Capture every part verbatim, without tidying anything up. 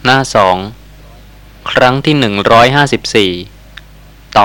หน้าสองครั้งที่หนึ่งร้อยห้าสิบสี่ต่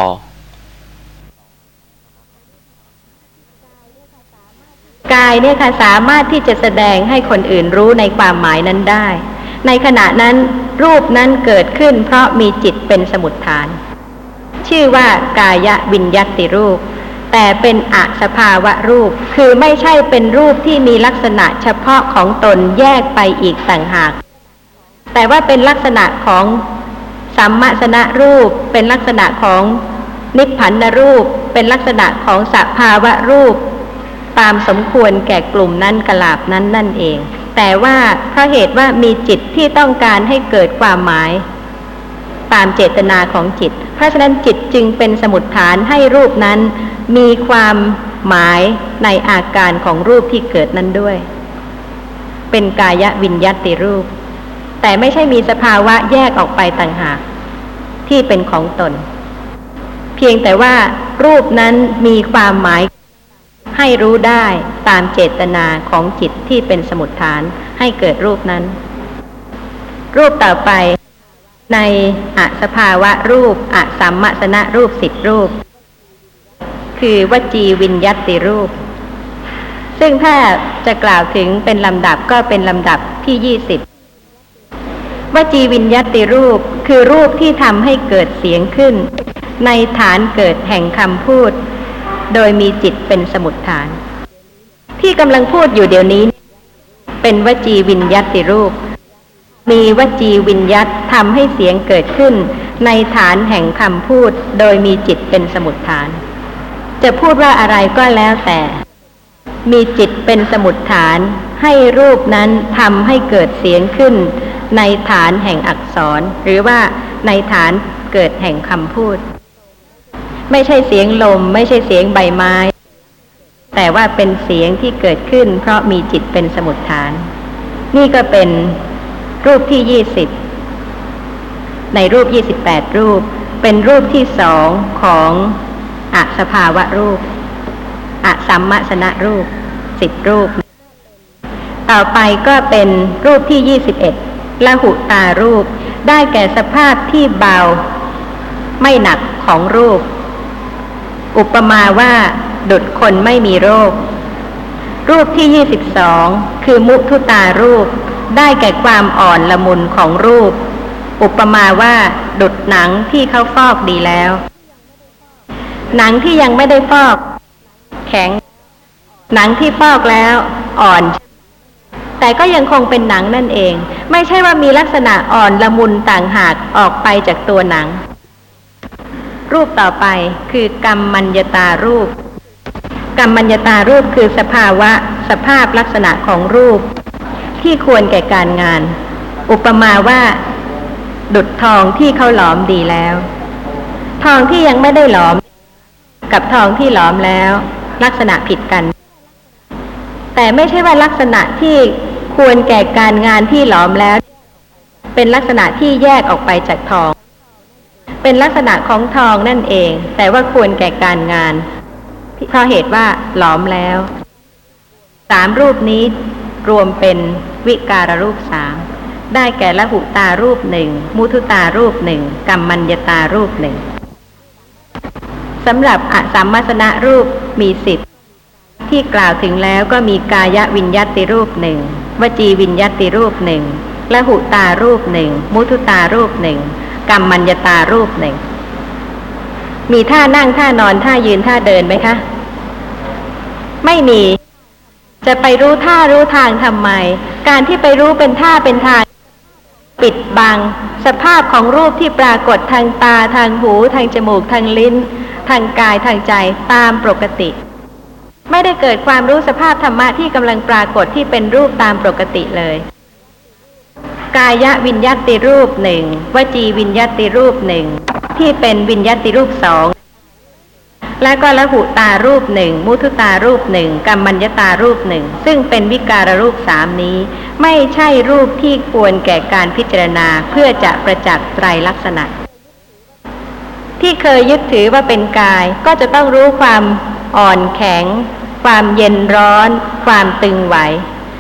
อกายเนี่ยค่ะสามารถที่จะแสดงให้คนอื่นรู้ในความหมายนั้นได้ในขณะนั้นรูปนั้นเกิดขึ้นเพราะมีจิตเป็นสมุฏฐานชื่อว่ากายวิญญัตติรูปแต่เป็นอสภาวะรูปคือไม่ใช่เป็นรูปที่มีลักษณะเฉพาะของตนแยกไปอีกต่างหากแต่ว่าเป็นลักษณะของสัมมสนรูปเป็นลักษณะของนิพพันธรูปเป็นลักษณะของสภาวะรูปตามสมควรแก่กลุ่มนั้นกลาบนั้นนั่นเองแต่ว่าเพราะเหตุว่ามีจิตที่ต้องการให้เกิดความหมายตามเจตนาของจิตเพราะฉะนั้นจิตจึงเป็นสมุฏฐานให้รูปนั้นมีความหมายในอาการของรูปที่เกิดนั้นด้วยเป็นกายวิญญัตติรูปแต่ไม่ใช่มีสภาวะแยกออกไปต่างหากที่เป็นของตนเพียงแต่ว่ารูปนั้นมีความหมายให้รู้ได้ตามเจตนาของจิตที่เป็นสมุฏฐานให้เกิดรูปนั้นรูปต่อไปในอสภาวะรูปอสัมมสนรูปสิบรูปคือวจีวิญญัตติรูปซึ่งถ้าจะกล่าวถึงเป็นลำดับก็เป็นลำดับที่ยี่สิบวจีวิญญัตติรูปคือรูปที่ทำให้เกิดเสียงขึ้นในฐานเกิดแห่งคำพูดโดยมีจิตเป็นสมุฏฐานที่กำลังพูดอยู่เดี๋ยวนี้เป็นวจีวิญญัตติรูปมีวจีวิญญัตทำให้เสียงเกิดขึ้นในฐานแห่งคำพูดโดยมีจิตเป็นสมุฏฐานจะพูดว่าอะไรก็แล้วแต่มีจิตเป็นสมุฏฐานให้รูปนั้นทำให้เกิดเสียงขึ้นในฐานแห่งอักษรหรือว่าในฐานเกิดแห่งคำพูดไม่ใช่เสียงลมไม่ใช่เสียงใบไม้แต่ว่าเป็นเสียงที่เกิดขึ้นเพราะมีจิตเป็นสมุฏฐานนี่ก็เป็นรูปที่ยี่สิบในรูปยี่สิบแปดรูปเป็นรูปที่สองของอสภาวะรูปอสัมมสนรูปสิบรูปต่อไปก็เป็นรูปที่ยี่สิบเอ็ดละหุตารูปได้แก่สภาพที่เบาไม่หนักของรูปอุปมาว่าดุจคนไม่มีโรครูปที่ยี่สิบสองคือมุทุตารูปได้แก่ความอ่อนละมุนของรูปอุปมาว่าดุจหนังที่เขาฟอกดีแล้วหนังที่ยังไม่ได้ฟอกแข็งหนังที่ฟอกแล้วอ่อนแต่ก็ยังคงเป็นหนังนั่นเองไม่ใช่ว่ามีลักษณะอ่อนละมุนต่างหากออกไปจากตัวหนังรูปต่อไปคือกรรมัญญตารูปกรรมัญญตารูปคือสภาวะสภาพลักษณะของรูปที่ควรแก่การงานอุปมาว่าดุจทองที่เขาหลอมดีแล้วทองที่ยังไม่ได้หลอมกับทองที่หลอมแล้วลักษณะผิดกันแต่ไม่ใช่ว่าลักษณะที่ควรแก่การงานที่หลอมแล้วเป็นลักษณะที่แยกออกไปจากทองเป็นลักษณะของทองนั่นเองแต่ว่าควรแก่การงานเพราะเหตุว่าหลอมแล้วสามรูปนี้รวมเป็นวิการรูปสามได้แก่ละหุตารูปหนึ่งมุทุตารูปหนึ่งกัมมัญญตารูปหนึ่งสำหรับอสัมมสนรูปมีสิบที่กล่าวถึงแล้วก็มีกายวิญญัตติรูปหนึ่งวจีวิญญัตติรูปหนึ่งละหุตารูปหนึ่งมุทุตารูปหนึ่งกัมมัญญตารูปหนึ่งมีท่านั่งท่านอนท่ายืนท่าเดินไหมคะไม่มีจะไปรู้ท่ารู้ทางทำไมการที่ไปรู้เป็นท่าเป็นทางปิดบังสภาพของรูปที่ปรากฏทางตาทางหูทางจมูกทางลิ้นทางกายทางใจตามปกติไม่ได้เกิดความรู้สภาพธรรมะที่กำลังปรากฏที่เป็นรูปตามปกติเลยกายวิญญัตติรูปหนึ่งวจีวิญญัตติรูปหนึ่งที่เป็นวิญญัตติรูปสองและก็ละหุตารูปหนึ่งมุทุตารูปหนึ่งกัมมัญญตารูปหนึ่งซึ่งเป็นวิการรูปสามนี้ไม่ใช่รูปที่ควรแก่การพิจารณาเพื่อจะประจักษ์ไตรลักษณะที่เคยยึดถือว่าเป็นกายก็จะต้องรู้ความอ่อนแข็งความเย็นร้อนความตึงไหว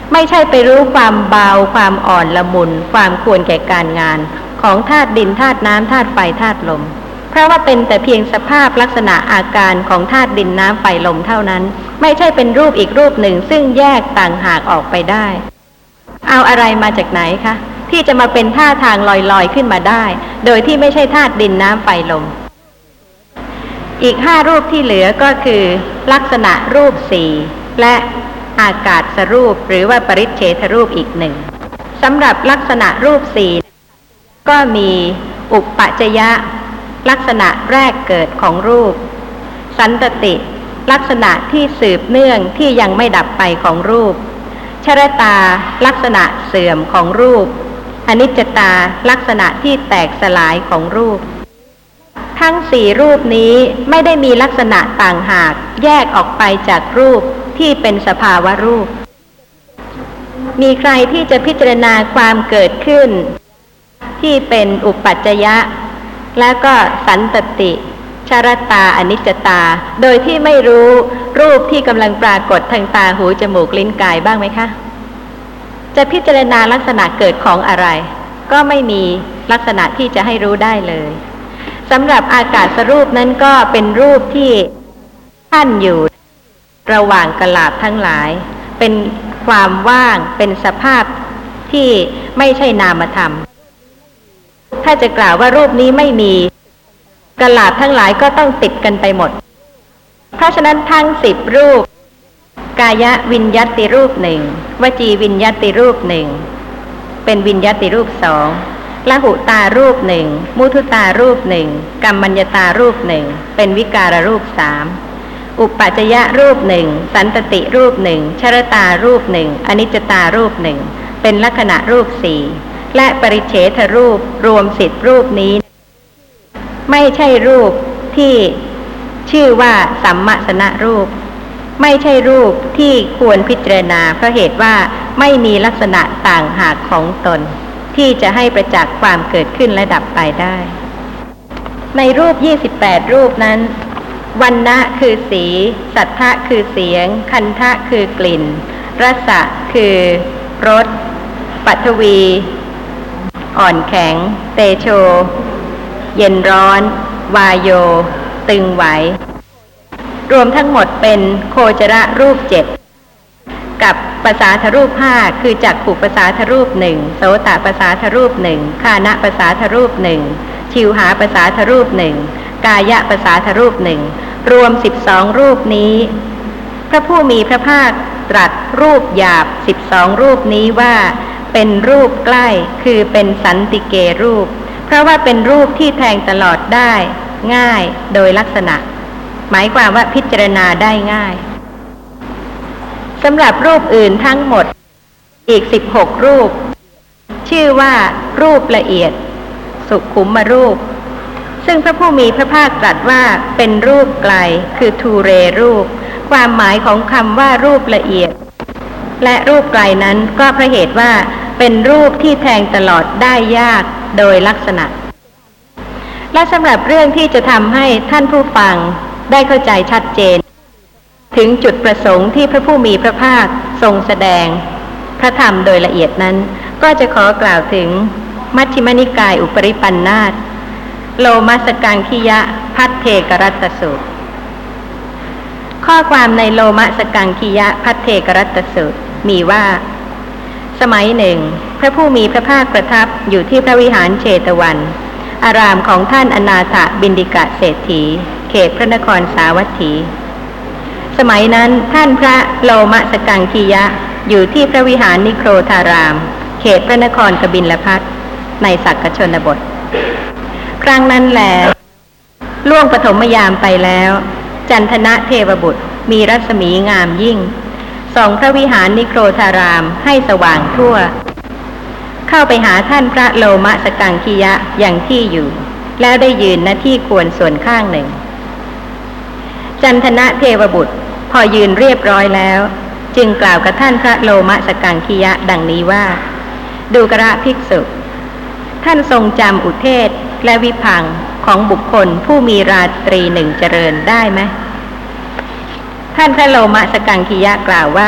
ไม่ใช่ไปรู้ความเบาความอ่อนละมุนความควรแก่การงานของธาตุดินธาตุน้ำธาตุไฟธาตุลมเพราะว่าเป็นแต่เพียงสภาพลักษณะอาการของธาตุดินน้ำไฟลมเท่านั้นไม่ใช่เป็นรูปอีกรูปหนึ่งซึ่งแยกต่างหากออกไปได้เอาอะไรมาจากไหนคะที่จะมาเป็นท่าทางลอยๆขึ้นมาได้โดยที่ไม่ใช่ธาตุดินน้ำไฟลมอีกห้ารูปที่เหลือก็คือลักษณะรูปสี่และอากาศสรูปหรือว่าปริเฉทรูปอีกหนึ่งสำหรับลักษณะรูปสี่ก็มีอุปปัจจยะลักษณะแรกเกิดของรูปสันตติลักษณะที่สืบเนื่องที่ยังไม่ดับไปของรูปชรตาลักษณะเสื่อมของรูปอนิจจตาลักษณะที่แตกสลายของรูปทั้งสี่รูปนี้ไม่ได้มีลักษณะต่างหากแยกออกไปจากรูปที่เป็นสภาวะรูปมีใครที่จะพิจารณาความเกิดขึ้นที่เป็นอุปปัจจยะและก็สันตติชรตาอนิจจตาโดยที่ไม่รู้รูปที่กำลังปรากฏทางตาหูจมูกลิ้นกายบ้างไหมคะจะพิจารณาลักษณะเกิดของอะไรก็ไม่มีลักษณะที่จะให้รู้ได้เลยสำหรับอากาศสรูปนั้นก็เป็นรูปที่ท่านอยู่ระหว่างกลาบทั้งหลายเป็นความว่างเป็นสภาพที่ไม่ใช่นามธรรมถ้าจะกล่าวว่ารูปนี้ไม่มีกลาบทั้งหลายก็ต้องติดกันไปหมดเพราะฉะนั้นทั้งสิบรูปกายวิญญัตติรูปหนึ่งวจีวิญญัตติรูปหนึ่งเป็นวิญญัตติรูปสองละหุตารูปหนึ่งมุทุตารูปหนึ่งกัมมัญญตารูปหนึ่งเป็นวิการรูปสามอุปปัจจยะรูปหนึ่งสันตติรูปหนึ่งชรตารูปหนึ่งอนิจจตารูปหนึ่งเป็นลักษณะรูปสี่และปริเฉทรูปรวมสิบรูปนี้ไม่ใช่รูปที่ชื่อว่าสัมมสนรูปไม่ใช่รูปที่ควรพิจารณาเพราะเหตุว่าไม่มีลักษณะต่างหากของตนที่จะให้ประจักษ์ความเกิดขึ้นและดับไปได้ในรูปยี่สิบแปดรูปนั้นวรรณะคือสีสัทธะคือเสียงคันธะคือกลิ่นรสะคือรสปัทวีอ่อนแข็งเตโชเย็นร้อนวายโยตึงไหวรวมทั้งหมดเป็นโคจรรูปเจ็ดกับภาษาทรูปห้าคือจักขุภาษาทรูปหนึ่งโสตภาษาทรูปหนึ่งฆานะภาษาทรูปหนึ่งชิวหาภาษาทรูปหนึ่งกายะภาษาทรูปหนึ่งรวมสิบสองรูปนี้พระผู้มีพระภาคตรัสรูปหยาบสิบสองรูปนี้ว่าเป็นรูปใกล้คือเป็นสันติเกรูปเพราะว่าเป็นรูปที่แทงตลอดได้ง่ายโดยลักษณะหมายความว่าพิจารณาได้ง่ายสำหรับรูปอื่นทั้งหมดอีกสิบหกรูปชื่อว่ารูปละเอียดสุขุมรูปซึ่งพระผู้มีพระภาคตรัสว่าเป็นรูปไกลคือทูเรรูปความหมายของคำว่ารูปละเอียดและรูปไกลนั้นก็เพราะเหตุว่าเป็นรูปที่แทงตลอดได้ยากโดยลักษณะและสำหรับเรื่องที่จะทำให้ท่านผู้ฟังได้เข้าใจชัดเจนถึงจุดประสงค์ที่พระผู้มีพระภาคทรงแสดงพระธรรมโดยละเอียดนั้นก็จะขอกล่าวถึงมัชฌิมนิกายอุปริปันธาสโลมัสกังคิยะพัทเทกรัตตสูตรข้อความในโลมัสกังคิยะพัทเทกรัตตสูตรมีว่าสมัยหนึ่งพระผู้มีพระภาคประทับอยู่ที่พระวิหารเชตวันอารามของท่านอนาถบิณฑิกะเศรษฐีเขตพระนครสาวัตถีสมัยนั้นท่านพระโลมสกังคียะอยู่ที่พระวิหารนิโครธารามเขตพระนครกบิลพัสต์ในสักกชนบทครั้งนั้นแลล่วงปฐมยามไปแล้วจันทนะเทวบุตรมีรัศมีงามยิ่งส่องพระวิหารนิโครธารามให้สว่างทั่วเข้าไปหาท่านพระโลมสกังคียะอย่างที่อยู่แล้วได้ยืนณที่ควรส่วนข้างหนึ่งจันทนะเทวบุตรพอยืนเรียบร้อยแล้วจึงกล่าวกับท่านพระโลมสกังคียะดังนี้ว่าดูกระภิกษุท่านทรงจำอุเทศและวิพังค์ของบุคคลผู้มีราตรีหนึ่งเจริญได้ไหมท่านพระโลมสกังคียะกล่าวว่า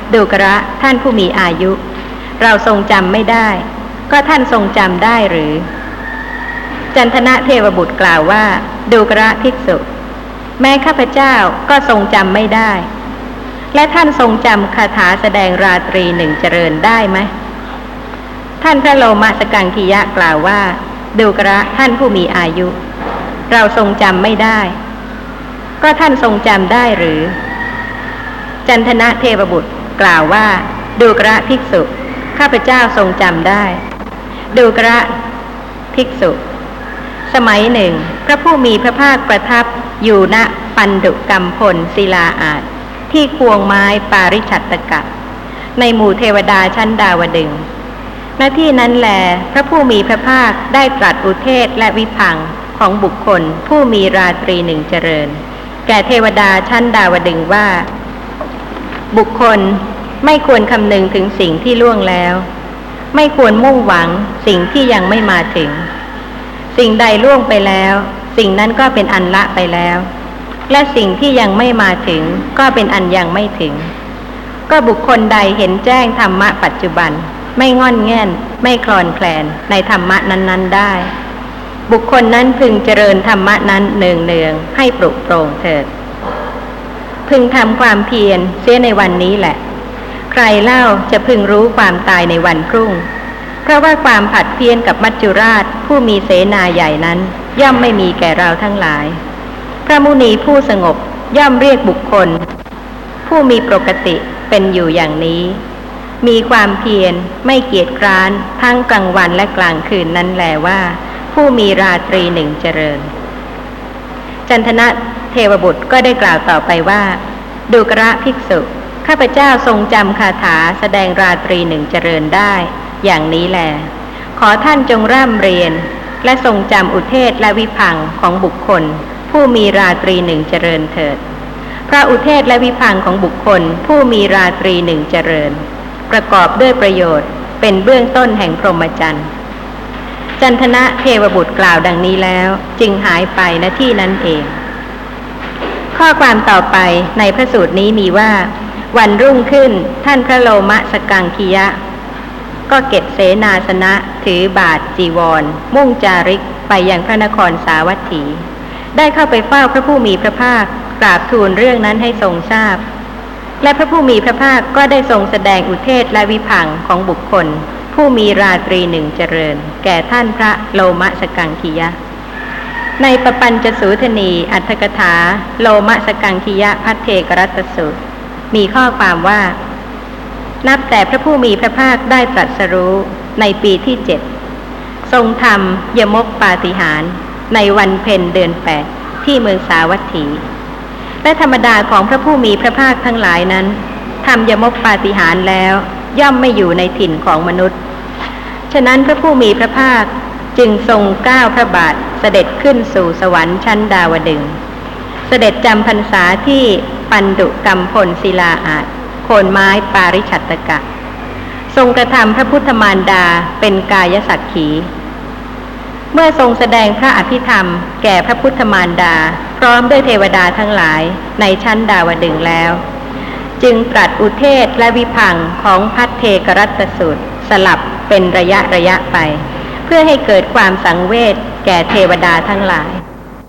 ดูกระท่านผู้มีอายุเราทรงจำไม่ได้ก็ท่านทรงจำได้หรือจันทนะเทวบุตรกล่าวว่าดูกระภิกษุแม้ข้าพเจ้าก็ทรงจำไม่ได้และท่านทรงจำคาถาแสดงราตรีหนึ่งเจริญได้ไหมท่านพระโลมสกังคียะกล่าวว่าดูกระท่านผู้มีอายุเราทรงจำไม่ได้ก็ท่านทรงจำได้หรือจันทนะเทวบุตรกล่าวว่าดูกระภิกษุข้าพเจ้าทรงจำได้ดูกระภิกษุสมัยหนึ่งพระผู้มีพระภาคประทับอยู่ณปันดุกัมพลศิลาอาสน์ที่ควงไม้ปาริฉัตตกะในหมู่เทวดาชั้นดาวดึงส์ณที่นั้นแลพระผู้มีพระภาคได้ตรัสอุเทศและวิพังค์ของบุคคลผู้มีราตรีหนึ่งเจริญแก่เทวดาชั้นดาวดึงส์ว่าบุคคลไม่ควรคำนึงถึงสิ่งที่ล่วงแล้วไม่ควรมุ่งหวังสิ่งที่ยังไม่มาถึงสิ่งใดล่วงไปแล้วสิ่งนั้นก็เป็นอันละไปแล้วและสิ่งที่ยังไม่มาถึงก็เป็นอันยังไม่ถึงก็บุคคลใดเห็นแจ้งธรรมะปัจจุบันไม่งอนแง่นไม่คลอนแคลนในธรรมะนั้นๆได้บุคคลนั้นพึงเจริญธรรมะนั้นเนืองๆให้ปลุกโปร่งเถิดพึงทำความเพียรเสียในวันนี้แหละใครเล่าจะพึงรู้ความตายในวันพรุ่งเพราะว่าความผัดเพี้ยนกับมัจจุราชผู้มีเสนาใหญ่นั้นย่อมไม่มีแก่เราทั้งหลายพระมุนีผู้สงบย่อมเรียกบุคคลผู้มีปกติเป็นอยู่อย่างนี้มีความเพียรไม่เกียจคร้านทั้งกลางวันและกลางคืนนั้นแลว่าผู้มีราตรีหนึ่งเจริญจันทนะเทวบุตรก็ได้กล่าวต่อไปว่าดูกระภิกษุข้าพเจ้าทรงจำคาถาแสดงราตรีหนึ่งเจริญได้อย่างนี้แลขอท่านจงร่ำเรียนและทรงจำอุเทศและวิพังค์ของบุคคลผู้มีราตรีหนึ่งเจริญเถิดพระอุเทศและวิพังค์ของบุคคลผู้มีราตรีหนึ่งเจริญประกอบด้วยประโยชน์เป็นเบื้องต้นแห่งพรหมจรรย์จันทนะเทวบุตรกล่าวดังนี้แล้วจึงหายไปณที่นั้นเองข้อความต่อไปในพระสูตรนี้มีว่าวันรุ่งขึ้นท่านพระโลมสกังคียะก็เก็บเสนาสนะถือบาทจีวรมุ่งจาริกไปยังพระนครสาวัตถีได้เข้าไปเฝ้าพระผู้มีพระภาคกราบทูลเรื่องนั้นให้ทรงทราบและพระผู้มีพระภาคก็ได้ทรงแสดงอุเทศและวิพังค์ของบุคคลผู้มีราตรีหนึ่งเจริญแก่ท่านพระโลมสกังคียะในปปัญจสูทนีอัตถกถาโลมสกังคียะพัทเทกรัตตสูตรมีข้อความว่านับแต่พระผู้มีพระภาคได้ตรัสรู้ในปีที่เจ็ดทรงทำยมกปาฏิหาริย์ในวันเพ็ญเดือนแปดที่เมืองสาวัตถีและธรรมดาของพระผู้มีพระภาคทั้งหลายนั้นทำยมกปาฏิหาริย์แล้วย่อมไม่อยู่ในถิ่นของมนุษย์ฉะนั้นพระผู้มีพระภาคจึงทรงก้าวพระบาทเสด็จขึ้นสู่สวรรค์ชั้นดาวดึงส์เสด็จจำพรรษาที่ปันดุกัมพลศิลาอาสน์โคนไม้ปาริฉัตตกะทรงกระทำพระพุทธมารดาเป็นกายสักขีเมื่อทรงแสดงพระอภิธรรมแก่พระพุทธมารดาพร้อมด้วยเทวดาทั้งหลายในชั้นดาวดึงส์แล้วจึงตรัสอุเทศและวิพังค์ของพัทเทกรัตตสูตรสลับเป็นระยะระยะไปเพื่อให้เกิดความสังเวชแก่เทวดาทั้งหลาย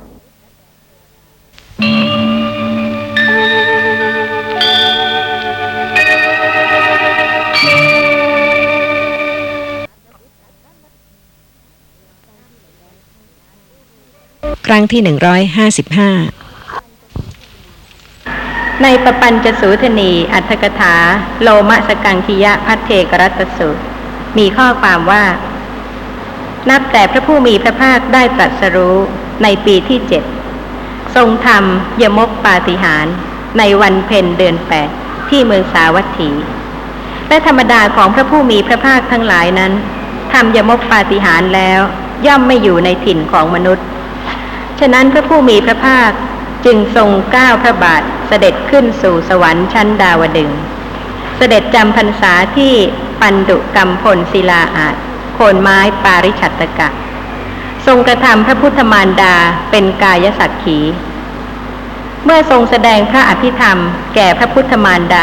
ครั้งที่หนึ่งร้อยห้าสิบห้าในปปัญจสูทนีอัตถกถาโลมสกังคียะพัทเทกรัตตสูตรมีข้อความว่านับแต่พระผู้มีพระภาคได้ตรัสรู้ในปีที่เจ็ดทรงทำยมกปาฏิหาริย์ในวันเพ็ญเดือนแปดที่เมืองสาวัตถีและธรรมดาของพระผู้มีพระภาคทั้งหลายนั้นทำยมกปาฏิหาริย์แล้วย่อมไม่อยู่ในถิ่นของมนุษย์ฉะนั้นพระผู้มีพระภาคจึงทรงก้าวพระบาทเสด็จขึ้นสู่สวรรค์ชั้นดาวดึงส์เสด็จจำพรรษาที่ปันดุกัมพลศิลาอาสน์โคนไม้ปาริฉัตตกะทรงกระทำพระพุทธมารดาเป็นกายสักขีเมื่อทรงแสดงพระอภิธรรมแก่พระพุทธมารดา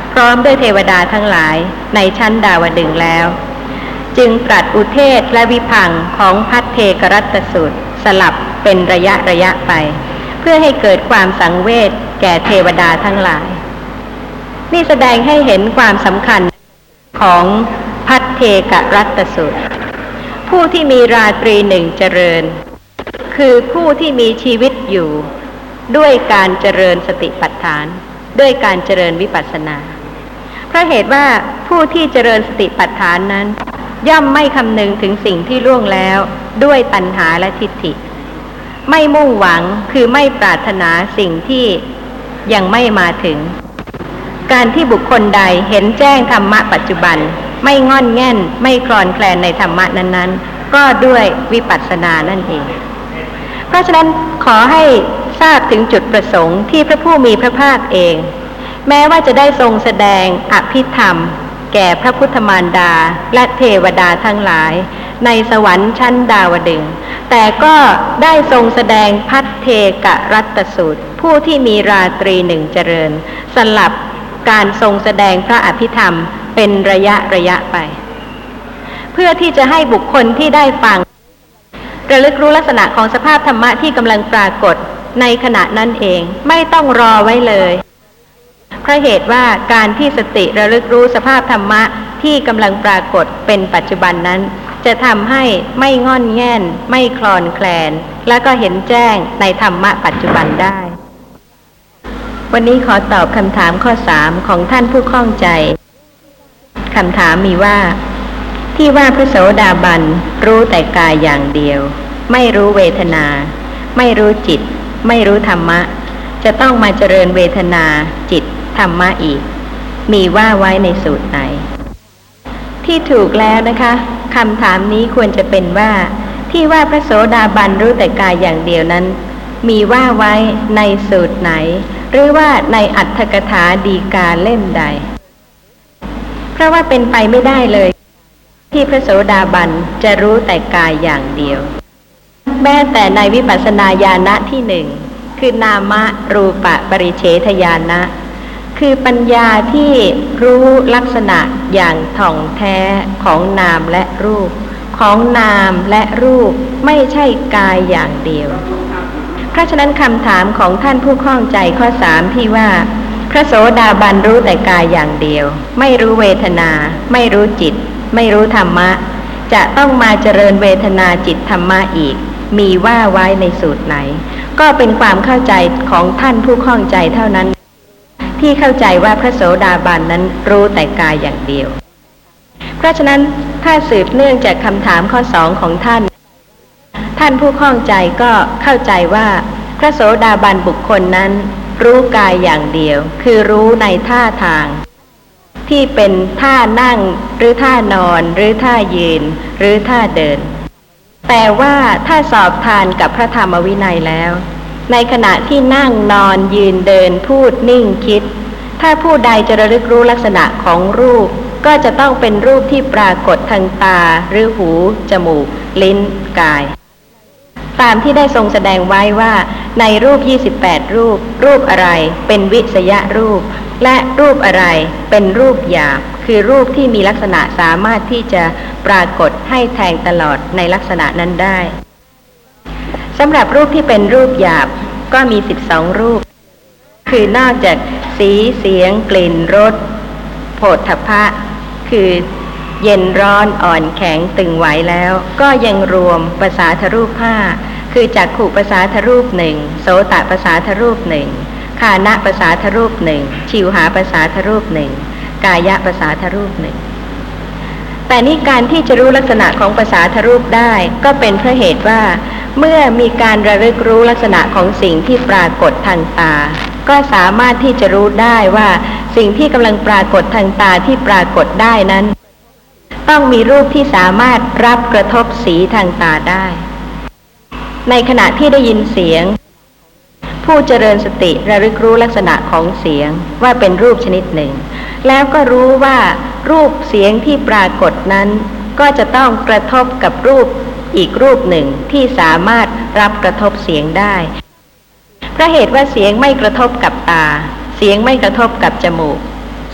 พร้อมด้วยเทวดาทั้งหลายในชั้นดาวดึงส์แล้วจึงตรัสอุเทศและวิพังค์ของพัทเทกรัตตสูตรสลับเป็นระยะระยะไปเพื่อให้เกิดความสังเวชแก่เทวดาทั้งหลายนี่แสดงให้เห็นความสำคัญของพัทเทกรัตตสูตรผู้ที่มีราตรีหนึ่งเจริญคือผู้ที่มีชีวิตอยู่ด้วยการเจริญสติปัฏฐานด้วยการเจริญวิปัสสนาเพราะเหตุว่าผู้ที่เจริญสติปัฏฐานนั้นย่อมไม่คำนึงถึงสิ่งที่ล่วงแล้วด้วยตัณหาและทิฏฐิไม่มุ่งหวังคือไม่ปรารถนาสิ่งที่ยังไม่มาถึงการที่บุคคลใดเห็นแจ้งธรรมะปัจจุบันไม่งอนแง่นไม่คลอนแคลนในธรรมะนั้นๆก็ด้วยวิปัสสนานั่นเองเพราะฉะนั้นขอให้ทราบถึงจุดประสงค์ที่พระผู้มีพระภาคเองแม้ว่าจะได้ทรงแสดงอภิธรรมแก่พระพุทธมารดาและเทวดาทั้งหลายในสวรรค์ชั้นดาวดึงส์แต่ก็ได้ทรงแสดงพัทเทกรัตตสูตรผู้ที่มีราตรีหนึ่งเจริญสลับการทรงแสดงพระอภิธรรมเป็นระยะระยะไปเพื่อที่จะให้บุคคลที่ได้ฟังระลึกรู้ลักษณะของสภาพธรรมะที่กำลังปรากฏในขณะนั้นเองไม่ต้องรอไว้เลยเพราะเหตุว่าการที่สติระลึกรู้สภาพธรรมะที่กำลังปรากฏเป็นปัจจุบันนั้นจะทำให้ไม่งอนแง่นไม่คลอนแคลนและก็เห็นแจ้งในธรรมะปัจจุบันได้วันนี้ขอตอบคำถามข้อสามของท่านผู้ข้องใจคำถามมีว่าที่ว่าพระโสดาบันรู้แต่กายอย่างเดียวไม่รู้เวทนาไม่รู้จิตไม่รู้ธรรมะจะต้องมาเจริญเวทนาจิตธรรมะอีกมีว่าไว้ในสูตรไหนที่ถูกแล้วนะคะคำถามนี้ควรจะเป็นว่าที่ว่าพระโสดาบันรู้แต่กายอย่างเดียวนั้นมีว่าไว้ในสูตรไหนหรือว่าในอรรถกถาดีกาเล่มใดเพราะว่าเป็นไปไม่ได้เลยที่พระโสดาบันจะรู้แต่กายอย่างเดียวแม้แต่ในวิปัสสนาญาณที่หนึ่งคือนามรูปปริเฉทญาณะคือปัญญาที่รู้ลักษณะอย่างถ่องแท้ของนามและรูปของนามและรูปไม่ใช่กายอย่างเดียวเพราะฉะนั้นคำถามของท่านผู้ข้องใจข้อสามที่ว่าพระโสดาบันรู้แต่กายอย่างเดียวไม่รู้เวทนาไม่รู้จิตไม่รู้ธรรมะจะต้องมาเจริญเวทนาจิตธรรมะอีกมีว่าไว้ในสูตรไหนก็เป็นความเข้าใจของท่านผู้ข้องใจเท่านั้นที่เข้าใจว่าพระโสดาบันนั้นรู้แต่กายอย่างเดียวเพราะฉะนั้นถ้าสืบเนื่องจากคำถามข้อสองของท่านท่านผู้ข้องใจก็เข้าใจว่าพระโสดาบันบุคคลนั้นรู้กายอย่างเดียวคือรู้ในท่าทางที่เป็นท่านั่งหรือท่านอนหรือท่ายืนหรือท่าเดินแต่ว่าถ้าสอบทานกับพระธรรมวินัยแล้วในขณะที่นั่งนอนยืนเดินพูดนิ่งคิดถ้าผู้ใดจะระลึกรู้ลักษณะของรูปก็จะต้องเป็นรูปที่ปรากฏทางตาหรือหูจมูกลิ้นกายตามที่ได้ทรงแสดงไว้ว่าในรูปยี่สิบแปดรูปรูปอะไรเป็นวิสยรูปและรูปอะไรเป็นรูปหยาบคือรูปที่มีลักษณะสามารถที่จะปรากฏให้แทงตลอดในลักษณะนั้นได้สำหรับรูปที่เป็นรูปหยาบก็มีสิบสองรูปคือนอกจากสีเสียงกลิ่นรสโผฏฐัพพะคือเย็นร้อนอ่อนแข็งตึงไหวแล้วก็ยังรวมประสาทรูปห้าคือจักขุประสาทรูปหนึ่งโสตประสาทรูปหนึ่งฆานะประสาทรูปหนึ่งชิวหาประสาทรูปหนึ่งกายะประสาทรูปหนึ่งแต่นี่การที่จะรู้ลักษณะของประสาทรูปได้ก็เป็นเพราะเหตุว่าเมื่อมีการระลึกรู้ลักษณะของสิ่งที่ปรากฏทางตาก็สามารถที่จะรู้ได้ว่าสิ่งที่กำลังปรากฏทางตาที่ปรากฏได้นั้นต้องมีรูปที่สามารถรับกระทบสีทางตาได้ในขณะที่ได้ยินเสียงผู้เจริญสติระลึกรู้ลักษณะของเสียงว่าเป็นรูปชนิดหนึ่งแล้วก็รู้ว่ารูปเสียงที่ปรากฏนั้นก็จะต้องกระทบกับรูปอีกรูปหนึ่งที่สามารถรับกระทบเสียงได้เพราะเหตุว่าเสียงไม่กระทบกับตาเสียงไม่กระทบกับจมูกเ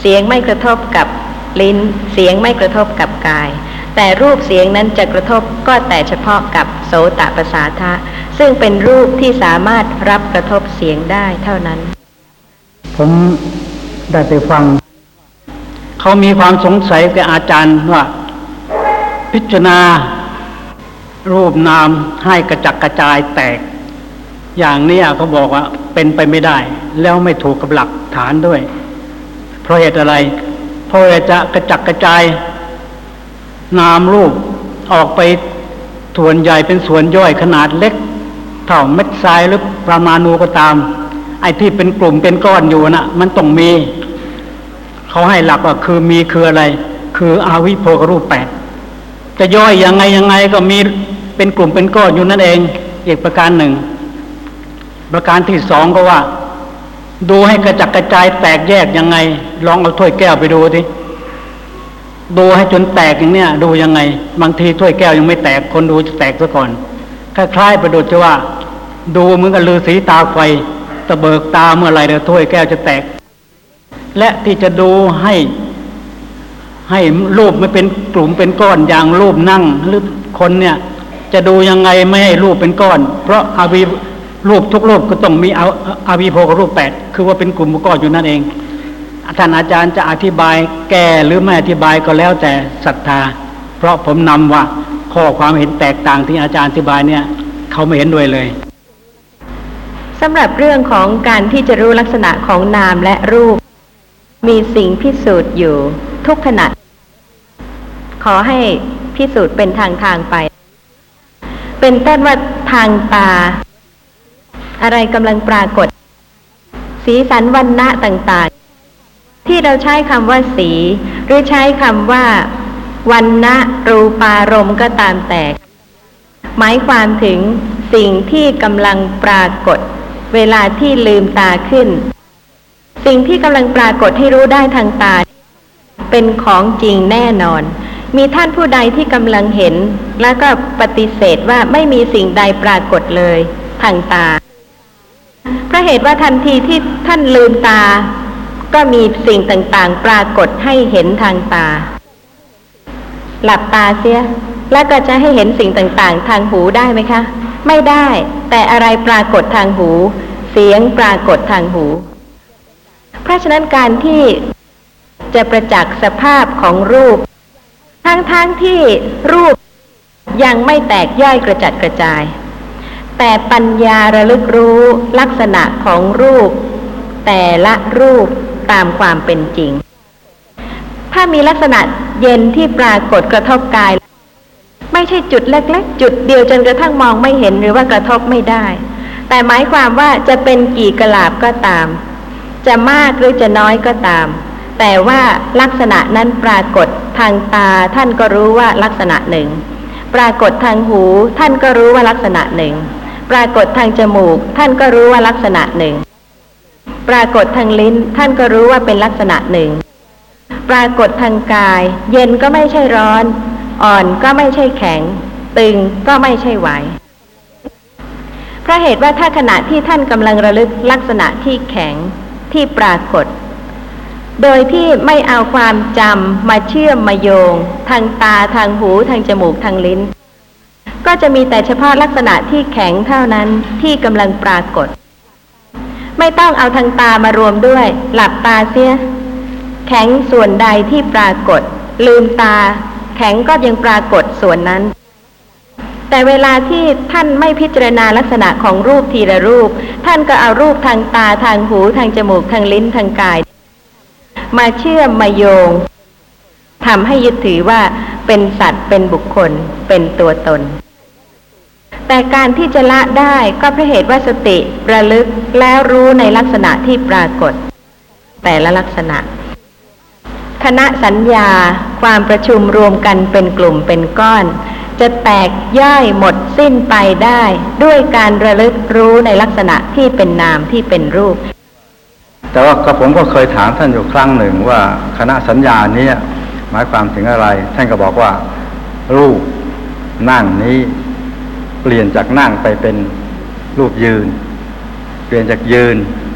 สียงไม่กระทบกับลิ้นเสียงไม่กระทบกับกายแต่รูปเสียงนั้นจะกระทบก็แต่เฉพาะกับโสตประสาทะซึ่งเป็นรูปที่สามารถรับกระทบเสียงได้เท่านั้นผมได้ไปฟังเขามีความสงสัยกับอาจารย์ว่าพิจารณารูปนามให้กระจัดกระจายแตกอย่างนี้เขาบอกว่าเป็นไปไม่ได้แล้วไม่ถูกกับหลักฐานด้วยเพราะเหตุอะไรเพราะจะกระจัดกระจายนามรูปออกไปส่วนใหญ่เป็นส่วนย่อยขนาดเล็กเท่าเม็ดทรายหรือปรามาณูก็ตามไอ้ที่เป็นกลุ่มเป็นก้อนอยู่น่ะมันต้องมีเขาให้หลักว่าคือมีคืออะไรคืออาวิโภครูปแปดจะย่อยยังไงยังไงก็มีเป็นกลุ่มเป็นก้อนอยู่นั่นเองอีกประการหนึ่งประการที่สองก็ว่าดูให้กระจัดกระจายแตกแยกยังไงลองเอาถ้วยแก้วไปดูสิดูให้จนแตกอย่างเนี้ยดูยังไงบางทีถ้วยแก้วยังไม่แตกคนดูจะแตกซะก่อนคล้ายๆประดุจว่าดูเหมือนกับฤาษีตาไฟตะเบิกตาเมื่อไหร่เดี๋ยวถ้วยแก้วจะแตกและที่จะดูให้ให้รูปไม่เป็นกลุ่มเป็นก้อนอย่างรูปนั่งหรือคนเนี่ยจะดูยังไงไม่ให้รูปเป็นก้อนเพราะอาวิรูปทุกรูปก็ต้องมีเอาอาวิโภครูปแปดคือว่าเป็นกลุ่มก้อนอยู่นั่นเองท่านอาจารย์จะอธิบายแก้หรือไม่อธิบายก็แล้วแต่ศรัทธาเพราะผมนำว่าข้อความเห็นแตกต่างที่อาจารย์อธิบายเนี่ยเขาไม่เห็นด้วยเลยสำหรับเรื่องของการที่จะรู้ลักษณะของนามและรูปมีสิ่งพิสูจน์อยู่ทุกขณะขอให้พิสูจน์เป็นทางทางไปเป็นต้นว่าทางตาอะไรกำลังปรากฏสีสันวรรณะต่างๆที่เราใช้คำว่าสีหรือใช้คำว่าวรรณะรูปารมณ์ก็ตามแต่หมายความถึงสิ่งที่กำลังปรากฏเวลาที่ลืมตาขึ้นสิ่งที่กำลังปรากฏให้รู้ได้ทางตาเป็นของจริงแน่นอนมีท่านผู้ใดที่กำลังเห็นแล้วก็ปฏิเสธว่าไม่มีสิ่งใดปรากฏเลยทางตาเพราะเหตุว่าทันทีที่ท่านลืมตาก็มีสิ่งต่างๆปรากฏให้เห็นทางตาหลับตาเสียแล้วก็จะให้เห็นสิ่งต่างๆทางหูได้ไหมคะไม่ได้แต่อะไรปรากฏทางหูเสียงปรากฏทางหูเพราะฉะนั้นการที่จะประจักษ์สภาพของรูปทั้งๆ ท, ที่รูปยังไม่แตกย่อยกระจัดกระจายแต่ปัญญาระลึกรู้ลักษณะของรูปแต่ละรูปตามความเป็นจริงถ้ามีลักษณะเย็นที่ปรากฏกระทบกายไม่ใช่จุดเล็กๆจุดเดียวจนกระทั่งมองไม่เห็นหรือว่ากระทบไม่ได้แต่หมายความว่าจะเป็นกี่กะลาบก็ตามจะมากหรือจะน้อยก็ตามแต่ว่าลักษณะนั้นปรากฏทางตาท่านก็รู้ว่าลักษณะหนึ่งปรากฏทางหูท่านก็รู้ว่าลักษณะหนึ่งปรากฏทางจมูกท่านก็รู้ว่าลักษณะหนึ่งปรากฏทางลิ้นท่านก็รู้ว่าเป็นลักษณะหนึ่งปรากฏทางกายเย็นก็ไม่ใช่ร้อนอ่อนก็ไม่ใช่แข็งตึงก็ไม่ใช่ไหวเพราะเหตุว่าถ้าขณะที่ท่านกำลังระลึกลักษณะที่แข็งที่ปรากฏโดยที่ไม่เอาความจำมาเชื่อมมาโยงทางตาทางหูทางจมูกทางลิ้นก็จะมีแต่เฉพาะลักษณะที่แข็งเท่านั้นที่กำลังปรากฏไม่ต้องเอาทางตามารวมด้วยหลับตาเสียแข็งส่วนใดที่ปรากฏลืมตาแข็งก็ยังปรากฏส่วนนั้นแต่เวลาที่ท่านไม่พิจารณาลักษณะของรูปทีละรูปท่านก็เอารูปทางตาทางหูทางจมูกทางลิ้นทางกายมาเชื่อมมาโยงทำให้ยึดถือว่าเป็นสัตว์เป็นบุคคลเป็นตัวตนแต่การที่จะละได้ก็เพราะเหตุว่าสติระลึกแล้วรู้ในลักษณะที่ปรากฏแต่ละลักษณะคณะสัญญาความประชุมรวมกันเป็นกลุ่มเป็นก้อนจะแตกย่อยหมดสิ้นไปได้ด้วยการระลึกรู้ในลักษณะที่เป็นนามที่เป็นรูปแต่ว่าก็ผมก็เคยถามท่านอยู่ครั้งหนึ่งว่าคณะสัญญานี้หมายความถึงอะไรท่านก็บอกว่ารูปนั่งนี้เปลี่ยนจากนั่งไปเป็นรูปยืนเปลี่ยนจากยืน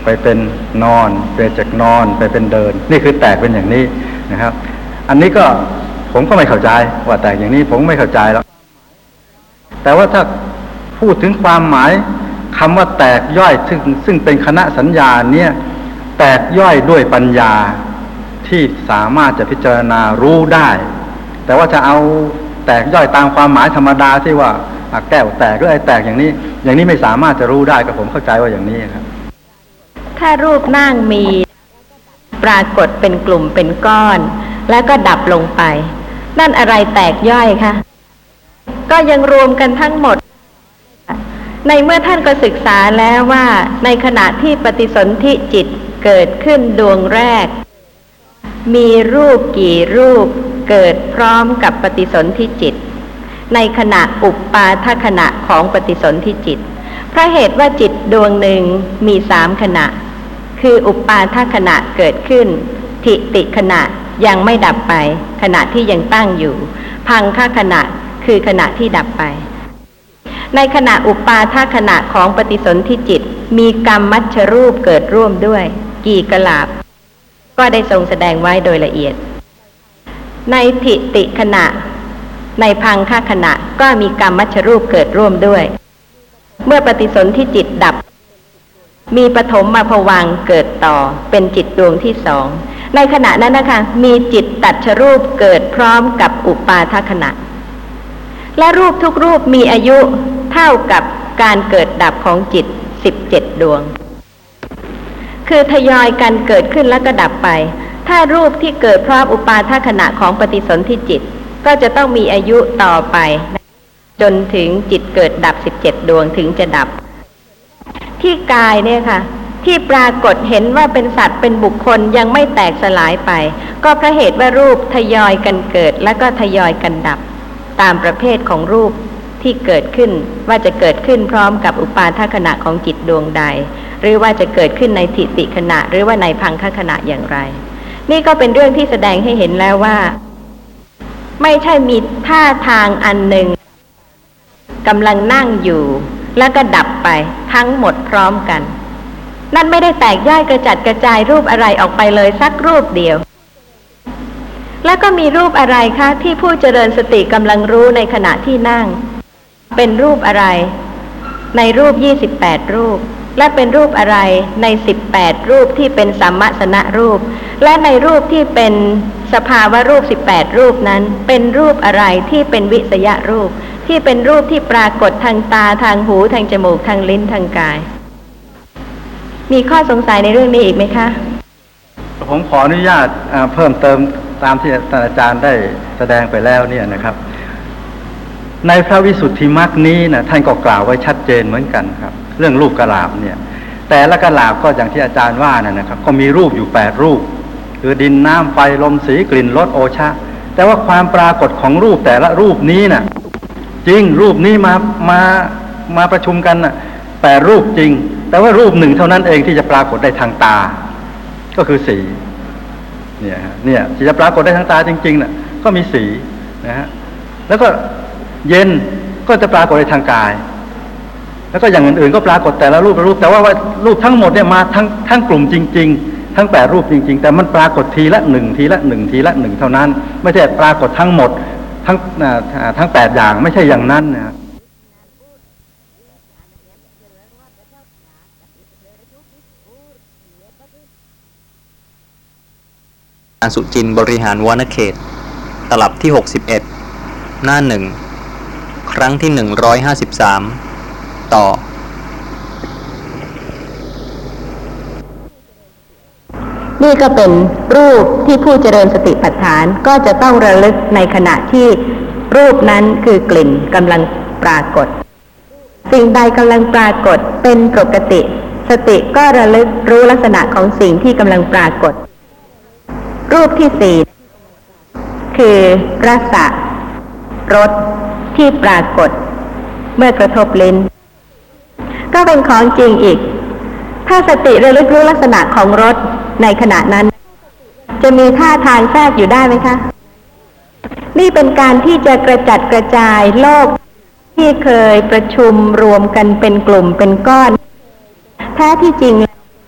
ไปเป็นนอนเปลี่ยนจากนอนไปเป็นเดินนี่คือแตกเป็นอย่างนี้นะครับ อันนี้ก็ผมก็ไม่เข้าใจว่าแตกอย่างนี้ผมไม่เข้าใจแล้วแต่ว่าถ้าพูดถึงความหมายคำว่าแตกย่อยซึ่งซึ่งเป็นคณะสัญญาเนี่ยแตกย่อยด้วยปัญญาที่สามารถจะพิจารณารู้ได้แต่ว่าจะเอาแตกย่อยตามความหมายธรรมดาที่ว่าแก้วแตกหรือไอ้แตกอย่างนี้อย่างนี้ไม่สามารถจะรู้ได้ก็ผมเข้าใจว่าอย่างนี้ครับถ้ารูปนั่งมีปรากฏเป็นกลุ่มเป็นก้อนแล้วก็ดับลงไปนั่นอะไรแตกย่อยคะก็ยังรวมกันทั้งหมดในเมื่อท่านก็ศึกษาแล้วว่าในขณะที่ปฏิสนธิจิตเกิดขึ้นดวงแรกมีรูปกี่รูปเกิดพร้อมกับปฏิสนธิจิตในขณะอุปปาทขณะของปฏิสนธิจิตเพราะเหตุว่าจิตดวงหนึ่งมีสามขณะคืออุปปาทขณะเกิดขึ้นทิติขณะยังไม่ดับไปขณะที่ยังตั้งอยู่พังคขณะคือขณะที่ดับไปในขณะอุปปาทขณะของปฏิสนธิจิตมีกรรมมัชฌรูปเกิดร่วมด้วยกี่กลาภก็ได้ทรงแสดงไว้โดยละเอียดในทิติขณะในพังคขณะก็มีกรรมมัชฌรูปเกิดร่วมด้วยเมื่อปฏิสนธิจิตดับมีปฐมมาภวังค์เกิดต่อเป็นจิตดวงที่สองในขณะนั้นนะคะมีจิตตัชรูปเกิดพร้อมกับอุปปาทขณะและรูปทุกรูปมีอายุเท่ากับการเกิดดับของจิตสิบเจ็ดดวงคือทยอยกันเกิดขึ้นแล้วก็ดับไปถ้ารูปที่เกิดพร้อมอุปปาทขณะของปฏิสนธิจิตก็จะต้องมีอายุต่อไปจนถึงจิตเกิดดับสิบเจ็ดดวงถึงจะดับที่กายเนี่ยค่ะที่ปรากฏเห็นว่าเป็นสัตว์เป็นบุคคลยังไม่แตกสลายไปก็เพราะเหตุว่ารูปทยอยกันเกิดแล้วก็ทยอยกันดับตามประเภทของรูปที่เกิดขึ้นว่าจะเกิดขึ้นพร้อมกับอุปาทขณะของจิตดวงใดหรือว่าจะเกิดขึ้นในทิติขณะหรือว่าในพังคขณะอย่างไรนี่ก็เป็นเรื่องที่แสดงให้เห็นแล้วว่าไม่ใช่มีท่าทางอันหนึ่งกำลังนั่งอยู่แล้วก็ดับไปทั้งหมดพร้อมกันนั่นไม่ได้แตกย่อยกระจัดกระจายรูปอะไรออกไปเลยสักรูปเดียวแล้วก็มีรูปอะไรคะที่ผู้เจริญสติกำลังรู้ในขณะที่นั่งเป็นรูปอะไรในรูปยี่สิบแปดรูปและเป็นรูปอะไรในสิบแปดรูปที่เป็นสัมมสนรูปและในรูปที่เป็นสภาวะรูปสิบแปดรูปนั้นเป็นรูปอะไรที่เป็นวิสยรูปที่เป็นรูปที่ปรากฏทางตาทางหูทางจมูกทางลิ้นทางกายมีข้อสงสัยในเรื่องนี้อีกไหมคะผมขออนุญาตเพิ่มเติมตามที่ท่านอาจารย์ได้แสดงไปแล้วเนี่ยนะครับในพระวิสุทธิมรรคนี้นะท่านก็กล่าวไว้ชัดเจนเหมือนกันครับเรื่องรูปกลาภเนี่ยแต่ละกลาภก็อย่างที่อาจารย์ว่านะนะครับก็มีรูปอยู่แปดรูปคือดินน้ำไฟลมสีกลิ่นรสโอชะแต่ว่าความปรากฏของรูปแต่ละรูปนี้นะ่ะจริงรูปนี้มามามาประชุมกันนะ่ะแปดรูปจริงแต่ว่ารูปหนึ่งเท่านั้นเองที่จะปรากฏได้ทางตาก็คือสีเนี่ยฮะเนี่ยที่จะปรากฏได้ทางตาจริงๆน่ะก็มีสีนะฮะแล้วก็เย็นก็จะปรากฏในทางกายแล้วก็อย่างอื่นๆก็ปรากฏแต่ละรูปรูปแต่ว่ารูปทั้งหมดเนี่ยมาทั้งทั้งกลุ่มจริงๆทั้งแปดรูปจริงๆแต่มันปรากฏทีละหนึ่งทีละหนึ่งทีละหนึ่งเท่านั้นไม่ใช่ปรากฏทั้งหมดทั้งทั้งแปดอย่างไม่ใช่อย่างนั้นนะอาสุจินบริหารวรรณเขตตลับที่หกสิบเอ็ดหน้าหนึ่งครั้งที่หนึ่งร้อยห้าสิบสามต่อนี่ก็เป็นรูปที่ผู้เจริญสติปัฏฐานก็จะต้องระลึกในขณะที่รูปนั้นคือกลิ่นกำลังปรากฏสิ่งใดกำลังปรากฏเป็นปกติสติก็ระลึกรู้ลักษณะของสิ่งที่กำลังปรากฏรูปที่สี่คือรสรสที่ปรากฏเมื่อกระทบลิ้นก็เป็นของจริงอีกถ้าสติระลึกรู้ลักษณะของรสในขณะนั้นจะมีท่าทางแทรกอยู่ได้ไหมคะนี่เป็นการที่จะกระจัดกระจายโลกที่เคยประชุมรวมกันเป็นกลุ่มเป็นก้อนแท้ที่จริง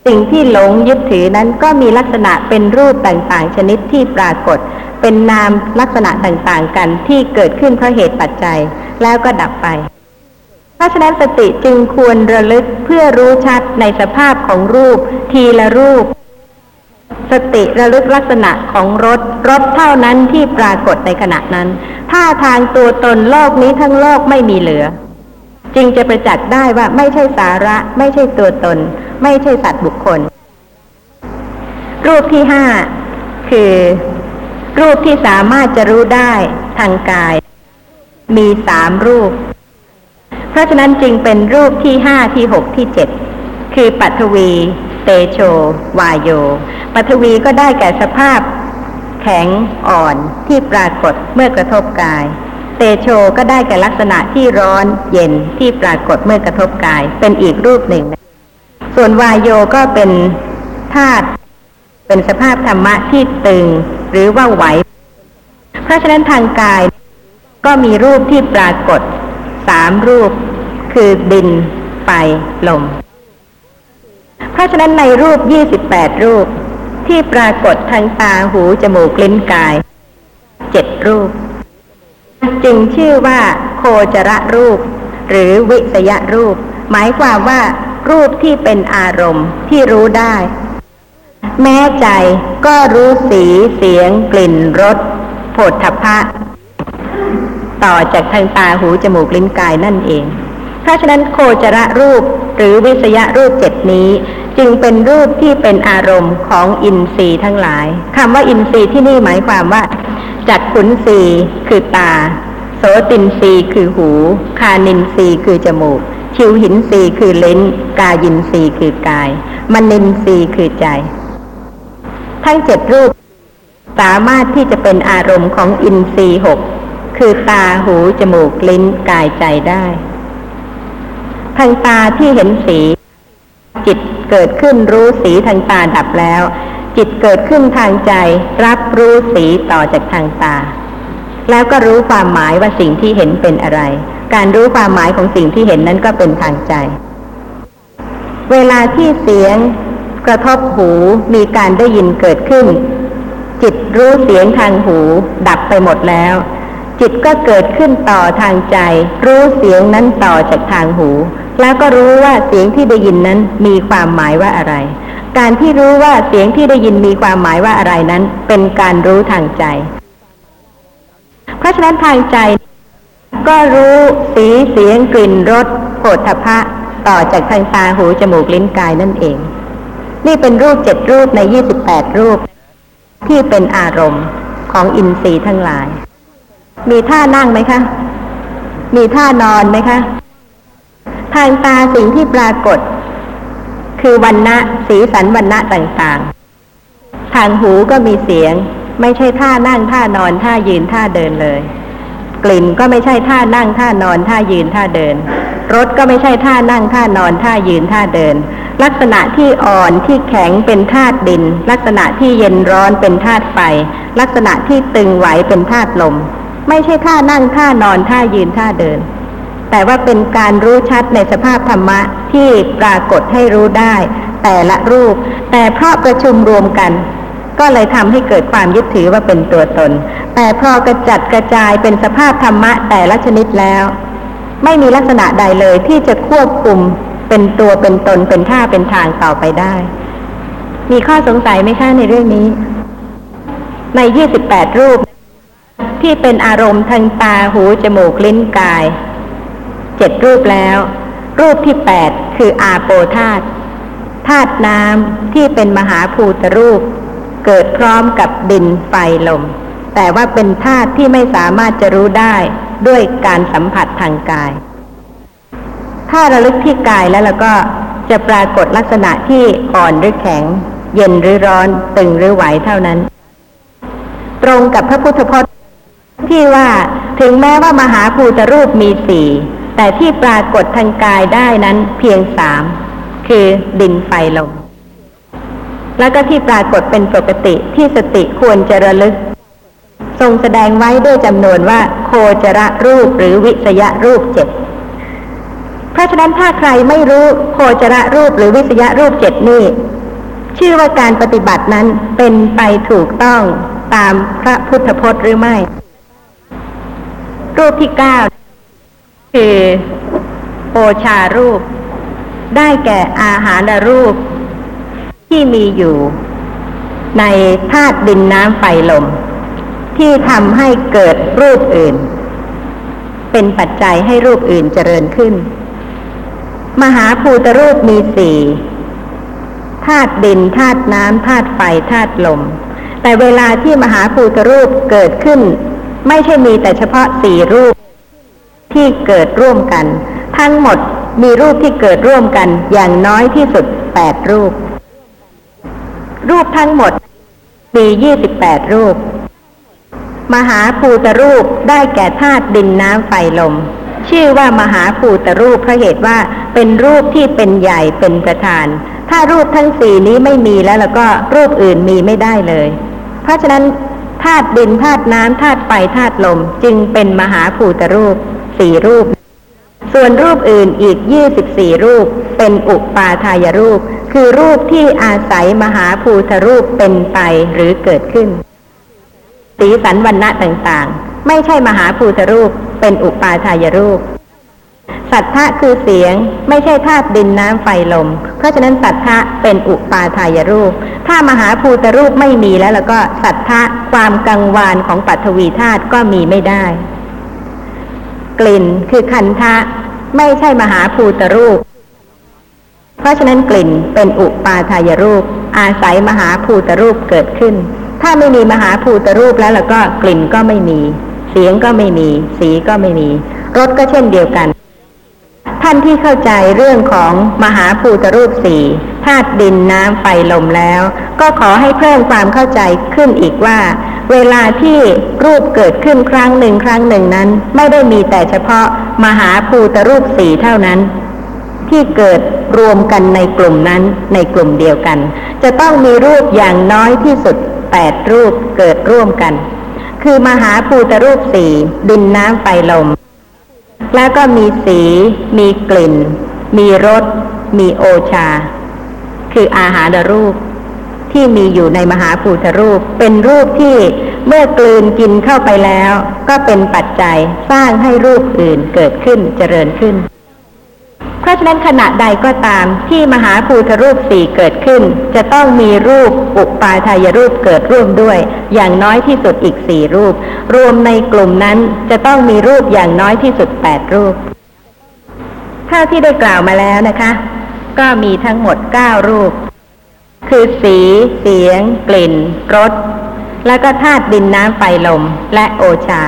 สิ่งที่หลงยึดถือนั้นก็มีลักษณะเป็นรูปต่างๆชนิดที่ปรากฏเป็นนามลักษณะต่างๆกันที่เกิดขึ้นเพราะเหตุปัจจัยแล้วก็ดับไปเพราะฉะนั้นสติจึงควรระลึกเพื่อรู้ชัดในสภาพของรูปทีละรูปสติระลึกลักษณะของรถรถเท่านั้นที่ปรากฏในขณะนั้นถ้าทางตัวตนโลกนี้ทั้งโลกไม่มีเหลือจึงจะประจักษ์ได้ว่าไม่ใช่สาระไม่ใช่ตัวตนไม่ใช่สัตว์บุคคลรูปที่ห้าคือรูปที่สามารถจะรู้ได้ทางกายมีสามรูปเพราะฉะนั้นจึงเป็นรูปที่ห้าที่หกที่เจ็ดคือปัทวีเตโชวาโยปัทวีก็ได้แก่สภาพแข็งอ่อนที่ปรากฏเมื่อกระทบกายเตโชก็ได้แก่ลักษณะที่ร้อนเย็นที่ปรากฏเมื่อกระทบกายเป็นอีกรูปหนึ่งส่วนวาโยก็เป็นธาตุเป็นสภาพธรรมะที่ตึงหรือว่าไหวเพราะฉะนั้นทางกายก็มีรูปที่ปรากฏสามรูปคือดินไฟลมเพราะฉะนั้นในรูปยี่สิบแปดรูปที่ปรากฏทางตาหูจมูกลิ้นกายเจ็ดรูปจึงชื่อว่าโคจรรูปหรือวิสยรูปหมายความว่ารูปที่เป็นอารมณ์ที่รู้ได้แม้ใจก็รู้สีเสียงกลิ่นรสโผฏฐัพพะต่อจากทางตาหูจมูกลิ้นกายนั่นเองเพราะฉะนั้นโคจรรูปหรือวิสยรูปเจ็ดนี้จึงเป็นรูปที่เป็นอารมณ์ของอินทรีย์ทั้งหลายคำว่าอินทรีย์ที่นี่หมายความว่าจักขุนทรีย์คือตาโสตินทรีย์คือหูคานินทรีย์คือจมูกชิวหินทรีย์คือลิ้นกายินทรีย์คือกายมนินทรีย์คือใจทั้งเจ็ดรูปสามารถที่จะเป็นอารมณ์ของอินทรีย์หกคือตาหูจมูกลิ้นกายใจได้ทางตาที่เห็นสีจิตเกิดขึ้นรู้สีทางตาดับแล้วจิตเกิดขึ้นทางใจรับรู้สีต่อจากทางตาแล้วก็รู้ความหมายว่าสิ่งที่เห็นเป็นอะไรการรู้ความหมายของสิ่งที่เห็นนั้นก็เป็นทางใจเวลาที่เสียงกระทบหูมีการได้ยินเกิดขึ้นจิตรู้เสียงทางหูดับไปหมดแล้วจิตก็เกิดขึ้นต่อทางใจรู้เสียงนั้นต่อจากทางหูแล้วก็รู้ว่าเสียงที่ได้ยินนั้นมีความหมายว่าอะไรการที่รู้ว่าเสียงที่ได้ยินมีความหมายว่าอะไรนั้นเป็นการรู้ทางใจเพราะฉะนั้นทางใจก็รู้สีเสียงกลิ่นรสโผฏฐัพพะต่อจากทางตาหูจมูกลิ้นกายนั่นเองนี่เป็นรูปเจ็ดรูปในยี่สิบแปดรูปที่เป็นอารมณ์ของอินทรีย์ทั้งหลายมีท่านั่งไหมคะมีท่านอนไหมคะทางตาสิ่งที่ปรากฏคือวรรณะสีสันวรรณะต่างๆทางหูก็มีเสียงไม่ใช่ท่านั่งท่านอนท่ายืนท่าเดินเลยกลิ่นก็ไม่ใช่ท่านั่งท่านอนท่ายืนท่าเดินรสก็ไม่ใช่ท่านั่งท่านอนท่ายืนท่าเดินลักษณะที่อ่อนที่แข็งเป็นธาตุดินลักษณะที่เย็นร้อนเป็นธาตุไฟลักษณะที่ตึงไหวเป็นธาตุลมไม่ใช่ท่านั่งท่านอนท่ายืนท่าเดินแต่ว่าเป็นการรู้ชัดในสภาพธรรมะที่ปรากฏให้รู้ได้แต่ละรูปแต่เพราะประชุมรวมกันก็เลยทำให้เกิดความยึดถือว่าเป็นตัวตนแต่พอกระจัดกระจายเป็นสภาพธรรมะแต่ละชนิดแล้วไม่มีลักษณะใดเลยที่จะควบคุมเป็นตัวเป็นตนเป็นท่าเป็นทางต่อไปได้มีข้อสงสัยไหมคะในเรื่องนี้ในยี่สิบแปดรูปที่เป็นอารมณ์ทางตาหูจมูกลิ้นกายเจ็ดรูปแล้วรูปที่แปดคืออาโปธาตุธาตุน้ำที่เป็นมหาภูตรูปเกิดพร้อมกับดินไฟลมแต่ว่าเป็นธาตุที่ไม่สามารถจะรู้ได้ด้วยการสัมผัสทางกายถ้าระลึกที่กายแล้วเราก็จะปรากฏลักษณะที่อ่อนหรือแข็งเย็นหรือร้อนตึงหรือไหวเท่านั้นตรงกับพระพุทธพจน์ที่ว่าถึงแม้ว่ามหาภูตรูปมีสี่แต่ที่ปรากฏทางกายได้นั้นเพียงสามคือดินไฟลมแล้วก็ที่ปรากฏเป็นปกติที่สติควรจะระลึกทรงแสดงไว้ด้วยจำนวนว่าโคจรรูปหรือวิสยรูปเจ็ดเพราะฉะนั้นถ้าใครไม่รู้โคจรรูปหรือวิษยรูปเจ็ดนี่ชื่อว่าการปฏิบัตินั้นเป็นไปถูกต้องตามพระพุทธพจน์หรือไม่รูปที่เก้าคือโอชารูปได้แก่อาหารรูปที่มีอยู่ในธาตุดินน้ำไฟลมที่ทำให้เกิดรูปอื่นเป็นปัจจัยให้รูปอื่นเจริญขึ้นมหาภูตรูปมีสี่ธาตุดินธาตุน้ำธาตุไฟธาตุลมแต่เวลาที่มหาภูตรูปเกิดขึ้นไม่ใช่มีแต่เฉพาะสี่รูปที่เกิดร่วมกันทั้งหมดมีรูปที่เกิดร่วมกันอย่างน้อยที่สุดแปดรูปรูปทั้งหมดมียี่สิบแปดรูปมหาภูตรูปได้แก่ธาตุดินน้ำไฟลมชื่อว่ามหาภูตรูปเพราะเหตุว่าเป็นรูปที่เป็นใหญ่เป็นประธานถ้ารูปทั้งสี่นี้ไม่มีแล้วแล้วก็รูปอื่นมีไม่ได้เลยเพราะฉะนั้นธาตุดินธาตุน้ำธาตุไฟธาตุลมจึงเป็นมหาภูตรูปสี่รูปส่วนรูปอื่นอีกยี่สิบสี่รูปเป็นอุปาทายรูปคือรูปที่อาศัยมหาภูตรูปเป็นไปหรือเกิดขึ้นสีสันวรรณะต่างๆไม่ใช่มหาภูตรูปเป็นอุปาทายรูปสัทธะคือเสียงไม่ใช่ธาตุดินน้ำไฟลมเพราะฉะนั้นสัทธะเป็นอุปาทายรูปถ้ามหาภูตรูปไม่มีแล้วแล้วก็สัทธะความกังวานของปัทวีธาตุก็มีไม่ได้กลิ่นคือคันธะไม่ใช่มหาภูตรูปเพราะฉะนั้นกลิ่นเป็นอุปาทายรูปอาศัยมหาภูตรูปเกิดขึ้นถ้าไม่มีมหาภูตรูปแล้วแล้วก็กลิ่นก็ไม่มีเสียงก็ไม่มีสีก็ไม่มีรสก็เช่นเดียวกันท่านที่เข้าใจเรื่องของมหาภูตรูปสี่ธาตุดินน้ำไฟลมแล้วก็ขอให้เพิ่มความเข้าใจขึ้นอีกว่าเวลาที่รูปเกิดขึ้นครั้งหนึ่งครั้งหนึ่งนั้นไม่ได้มีแต่เฉพาะมหาภูตรูปสี่เท่านั้นที่เกิดรวมกันในกลุ่มนั้นในกลุ่มเดียวกันจะต้องมีรูปอย่างน้อยที่สุดแปดรูปเกิดร่วมกันคือมหาภูตรูปสี่ดินน้ำไฟลมแล้วก็มีสีมีกลิ่นมีรสมีโอชาคืออาหารรูปที่มีอยู่ในมหาภูตรูปเป็นรูปที่เมื่อกลืนกินเข้าไปแล้วก็เป็นปัจจัยสร้างให้รูปอื่นเกิดขึ้นเจริญขึ้นเพราะฉะนั้นขณะใดก็ตามที่มหาภูตรูปสี่เกิดขึ้นจะต้องมีรูปอุปาทายรูปเกิดร่วมด้วยอย่างน้อยที่สุดอีกสี่รูปรวมในกลุ่มนั้นจะต้องมีรูปอย่างน้อยที่สุดแปดรูปเท่าที่ได้กล่าวมาแล้วนะคะก็มีทั้งหมดเก้ารูปคือสีเสียงกลิ่นรสแล้วก็ธาตุดินน้ำไฟลมและโอชา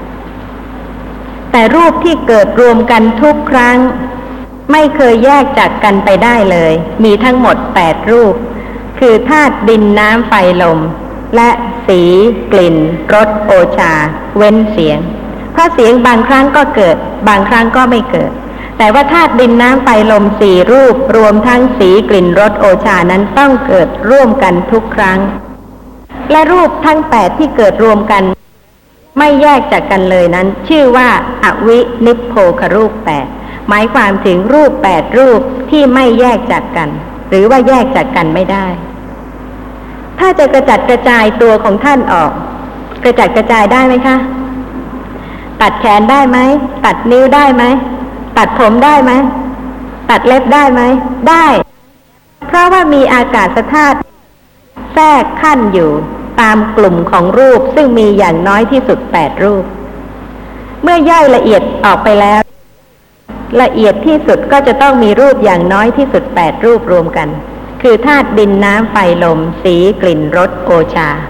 แต่รูปที่เกิดรวมกันทุกครั้งไม่เคยแยกจากกันไปได้เลยมีทั้งหมดแปดรูปคือธาตุดินน้ำไฟลมและสีกลิ่นรสโอชาเว้นเสียงเพราะเสียงบางครั้งก็เกิดบางครั้งก็ไม่เกิดแต่ว่าธาตุดินน้ำไฟลมสี่รูปรวมทั้งสีกลิ่นรสโอชานั้นต้องเกิดร่วมกันทุกครั้งและรูปทั้งแปดที่เกิดรวมกันไม่แยกจากกันเลยนั้นชื่อว่าอวินิพโพครูปแปดหมายความถึงรูปแปดรูปที่ไม่แยกจากกันหรือว่าแยกจากกันไม่ได้ถ้าจะกระจัดกระจายตัวของท่านออกกระจัดกระจายได้ไหมคะตัดแขนได้ไหมตัดนิ้วได้ไหมตัดผมได้ไหมตัดเล็บได้ไหมได้เพราะว่ามีอากาศธาตุแทรกขั้นอยู่ตามกลุ่มของรูปซึ่งมีอย่างน้อยที่สุดแปดรูปเมื่อย่อยละเอียดออกไปแล้วละเอียดที่สุดก็จะต้องมีรูปอย่างน้อยที่สุดแปดรูปรวมกันคือธาตุดินน้ำไฟลมสีกลิ่นรสโอชา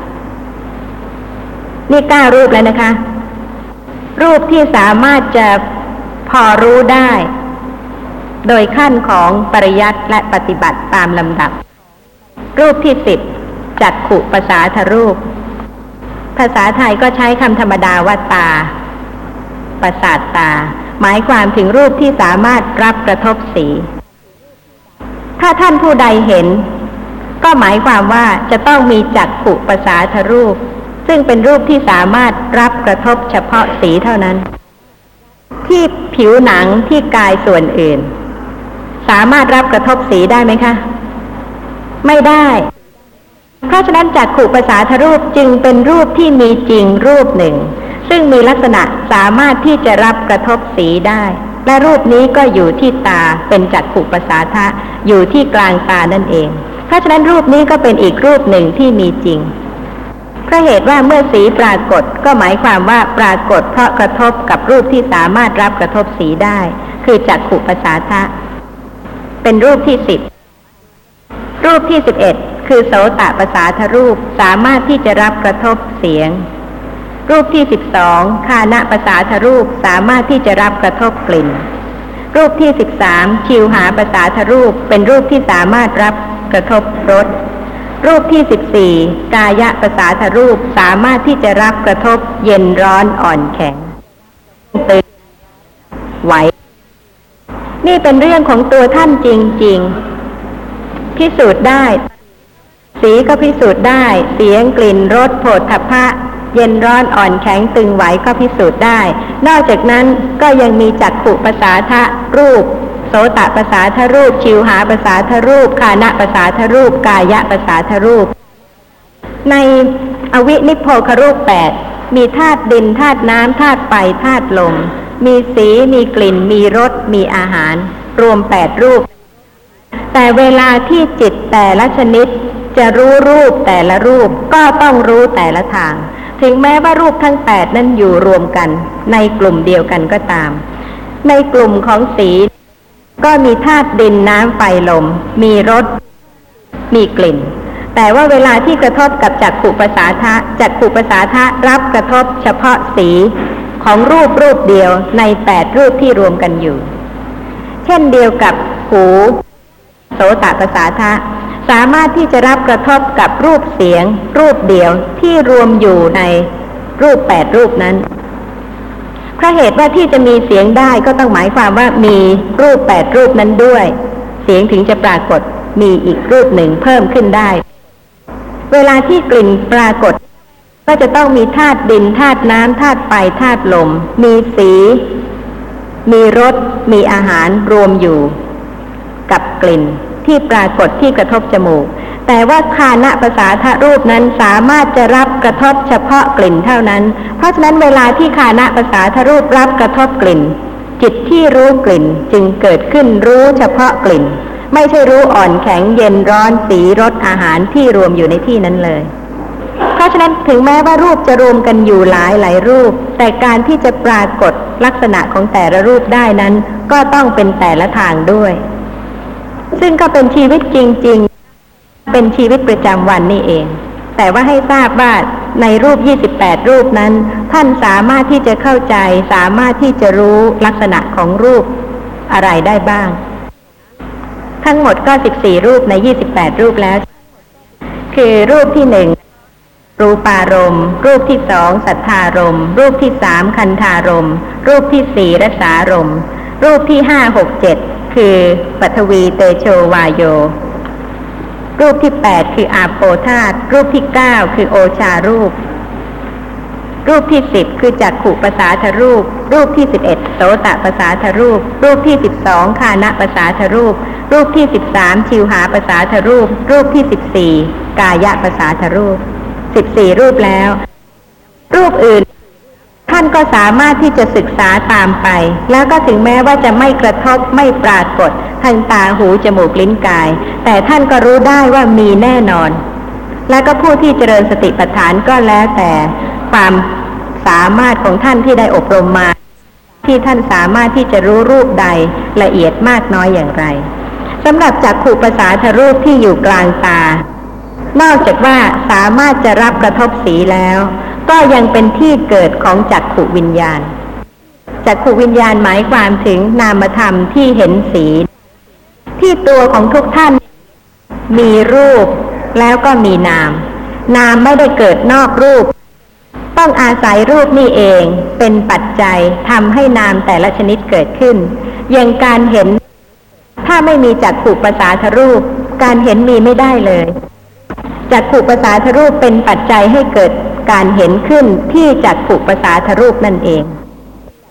นี่เก้ารูปแล้วนะคะรูปที่สามารถจะพอรู้ได้โดยขั้นของปริยัติและปฏิบัติตามลำดับรูปที่สิบจักขุประสาทรูปภาษาไทยก็ใช้คำธรรมดาว่าตาประสาทตาหมายความถึงรูปที่สามารถรับกระทบสีถ้าท่านผู้ใดเห็นก็หมายความว่าจะต้องมีจักขุประสาทรูปซึ่งเป็นรูปที่สามารถรับกระทบเฉพาะสีเท่านั้นที่ผิวหนังที่กายส่วนอื่นสามารถรับกระทบสีได้ไหมคะไม่ได้เพราะฉะนั้นจักขุประสาทรูปจึงเป็นรูปที่มีจริงรูปหนึ่งซึ่งมีลักษณะสามารถที่จะรับกระทบสีได้และรูปนี้ก็อยู่ที่ตาเป็นจักขุประสาทะอยู่ที่กลางตานั่นเองเพราะฉะนั้นรูปนี้ก็เป็นอีกรูปหนึ่งที่มีจริงเพราะเหตุว่าเมื่อสีปรากฏก็หมายความว่าปรากฏเพราะกระทบกับรูปที่สามารถรับกระทบสีได้คือจักขุประสาทะเป็นรูปที่สิบรูปที่สิบเอ็ดคือโสตประสาทรูปสามารถที่จะรับกระทบเสียงรูปที่สิบสองฆานะประสาทรูปสามารถที่จะรับกระทบกลิ่นรูปที่สิบสามชิวหาประสาทรูปเป็นรูปที่สามารถรับกระทบรสรูปที่สิบสี่กายะประสาทรูปสามารถที่จะรับกระทบเย็นร้อนอ่อนแข็งตึงไหวนี่เป็นเรื่องของตัวท่านจริงๆพิสูจน์ได้สีก็พิสูจน์ได้เสียงกลิ่นรสโผฏฐัพพะเย็นร้อนอ่อนแข็งตึงไหวก็พิสูจน์ได้นอกจากนั้นก็ยังมีจักขุประสาทรูปโสตประสาทรูปชิวหาประสาทรูปฆานะประสาทรูปกายะประสาทรูปในอวินิพโพครูปแปดมีธาตุดินธาตุน้ำธาตุไฟธาตุลมมีสีมีกลิ่นมีรสมีอาหารรวมแปดรูปแต่เวลาที่จิตแต่ละชนิดจะรู้รูปแต่ละรูปก็ต้องรู้แต่ละทางถึงแม้ว่ารูปทั้งแปดนั้นอยู่รวมกันในกลุ่มเดียวกันก็ตามในกลุ่มของสีก็มีธาตุดินน้ำไฟลมมีรสมีกลิ่นแต่ว่าเวลาที่กระทบกับจักขุประสาทะจักขุประสาทะรับกระทบเฉพาะสีของรูปรูปเดียวในแปดรูปที่รวมกันอยู่เช่นเดียวกับหูโสตประสาทะสามารถที่จะรับกระทบกับรูปเสียงรูปเดียวที่รวมอยู่ในรูปแปดรูปนั้นเพราะเหตุว่าที่จะมีเสียงได้ก็ต้องหมายความว่ามีรูปแปดรูปนั้นด้วยเสียงถึงจะปรากฏมีอีกรูปหนึ่งเพิ่มขึ้นได้เวลาที่กลิ่นปรากฏก็จะต้องมีธาตุดินธาตุน้ำธาตุไฟธาตุลมมีสีมีรสมีอาหารรวมอยู่กับกลิ่นที่ปรากฏที่กระทบจมูกแต่ว่าฆานะประสาทรูปนั้นสามารถจะรับกระทบเฉพาะกลิ่นเท่านั้นเพราะฉะนั้นเวลาที่ฆานะประสาทรูปรับกระทบกลิ่นจิตที่รู้กลิ่นจึงเกิดขึ้นรู้เฉพาะกลิ่นไม่ใช่รู้อ่อนแข็งเย็นร้อนสีรสอาหารที่รวมอยู่ในที่นั้นเลยเพราะฉะนั้นถึงแม้ว่ารูปจะรวมกันอยู่หลายหลายรูปแต่การที่จะปรากฏลักษณะของแต่ละรูปได้นั้นก็ต้องเป็นแต่ละทางด้วยซึ่งก็เป็นชีวิตจริงๆเป็นชีวิตประจำวันนี่เองแต่ว่าให้ทราบว่าในรูปยี่สิบแปดรูปนั้นท่านสามารถที่จะเข้าใจสามารถที่จะรู้ลักษณะของรูปอะไรได้บ้างทั้งหมดก็สิบสี่รูปในยี่สิบแปดรูปแล้วคือรูปที่หนึ่งรูปารมณ์รูปที่สองสัทธารมณ์รูปที่สามคันธารมณ์รูปที่สี่รสารมณ์รูปที่ห้าหกเจ็ดคือปฐวีเตโชวาโยรูปที่แปดคืออาโปธาตุรูปที่เก้าคือโอชารูปรูปที่สิบคือจักขุประสาทรูปรูปที่สิบเอ็ดโสตประสาทรูปรูปที่สิบสองฆานะประสาทรูปรูปที่สิบสามชิวหาประสาทรูปรูปที่สิบสี่กายะประสาทรูปสิบสี่รูปแล้วรูปอื่นท่านก็สามารถที่จะศึกษาตามไปแล้วก็ถึงแม้ว่าจะไม่กระทบไม่ปรากฏทางตาหูจมูกลิ้นกายแต่ท่านก็รู้ได้ว่ามีแน่นอนแล้วก็ผู้ที่เจริญสติปัฏฐานก็แล้วแต่ความสามารถของท่านที่ได้อบรมมาที่ท่านสามารถที่จะรู้รูปใดละเอียดมากน้อยอย่างไรสำหรับจักขุประสาทรูปที่อยู่กลางตานอกจากว่าสามารถจะรับกระทบสีแล้วก็ยังเป็นที่เกิดของจักขุวิญญาณจักขุวิญญาณหมายความถึงนามธรรมที่เห็นสีที่ตัวของทุกท่านมีรูปแล้วก็มีนามนามไม่ได้เกิดนอกรูปต้องอาศัยรูปนี่เองเป็นปัจจัยทำให้นามแต่ละชนิดเกิดขึ้นอย่างการเห็นถ้าไม่มีจักขุประสาทรูปการเห็นมีไม่ได้เลยจักขุประสาทรูปเป็นปัจจัยให้เกิดการเห็นขึ้นที่จักขุประสาทรูปนั่นเอง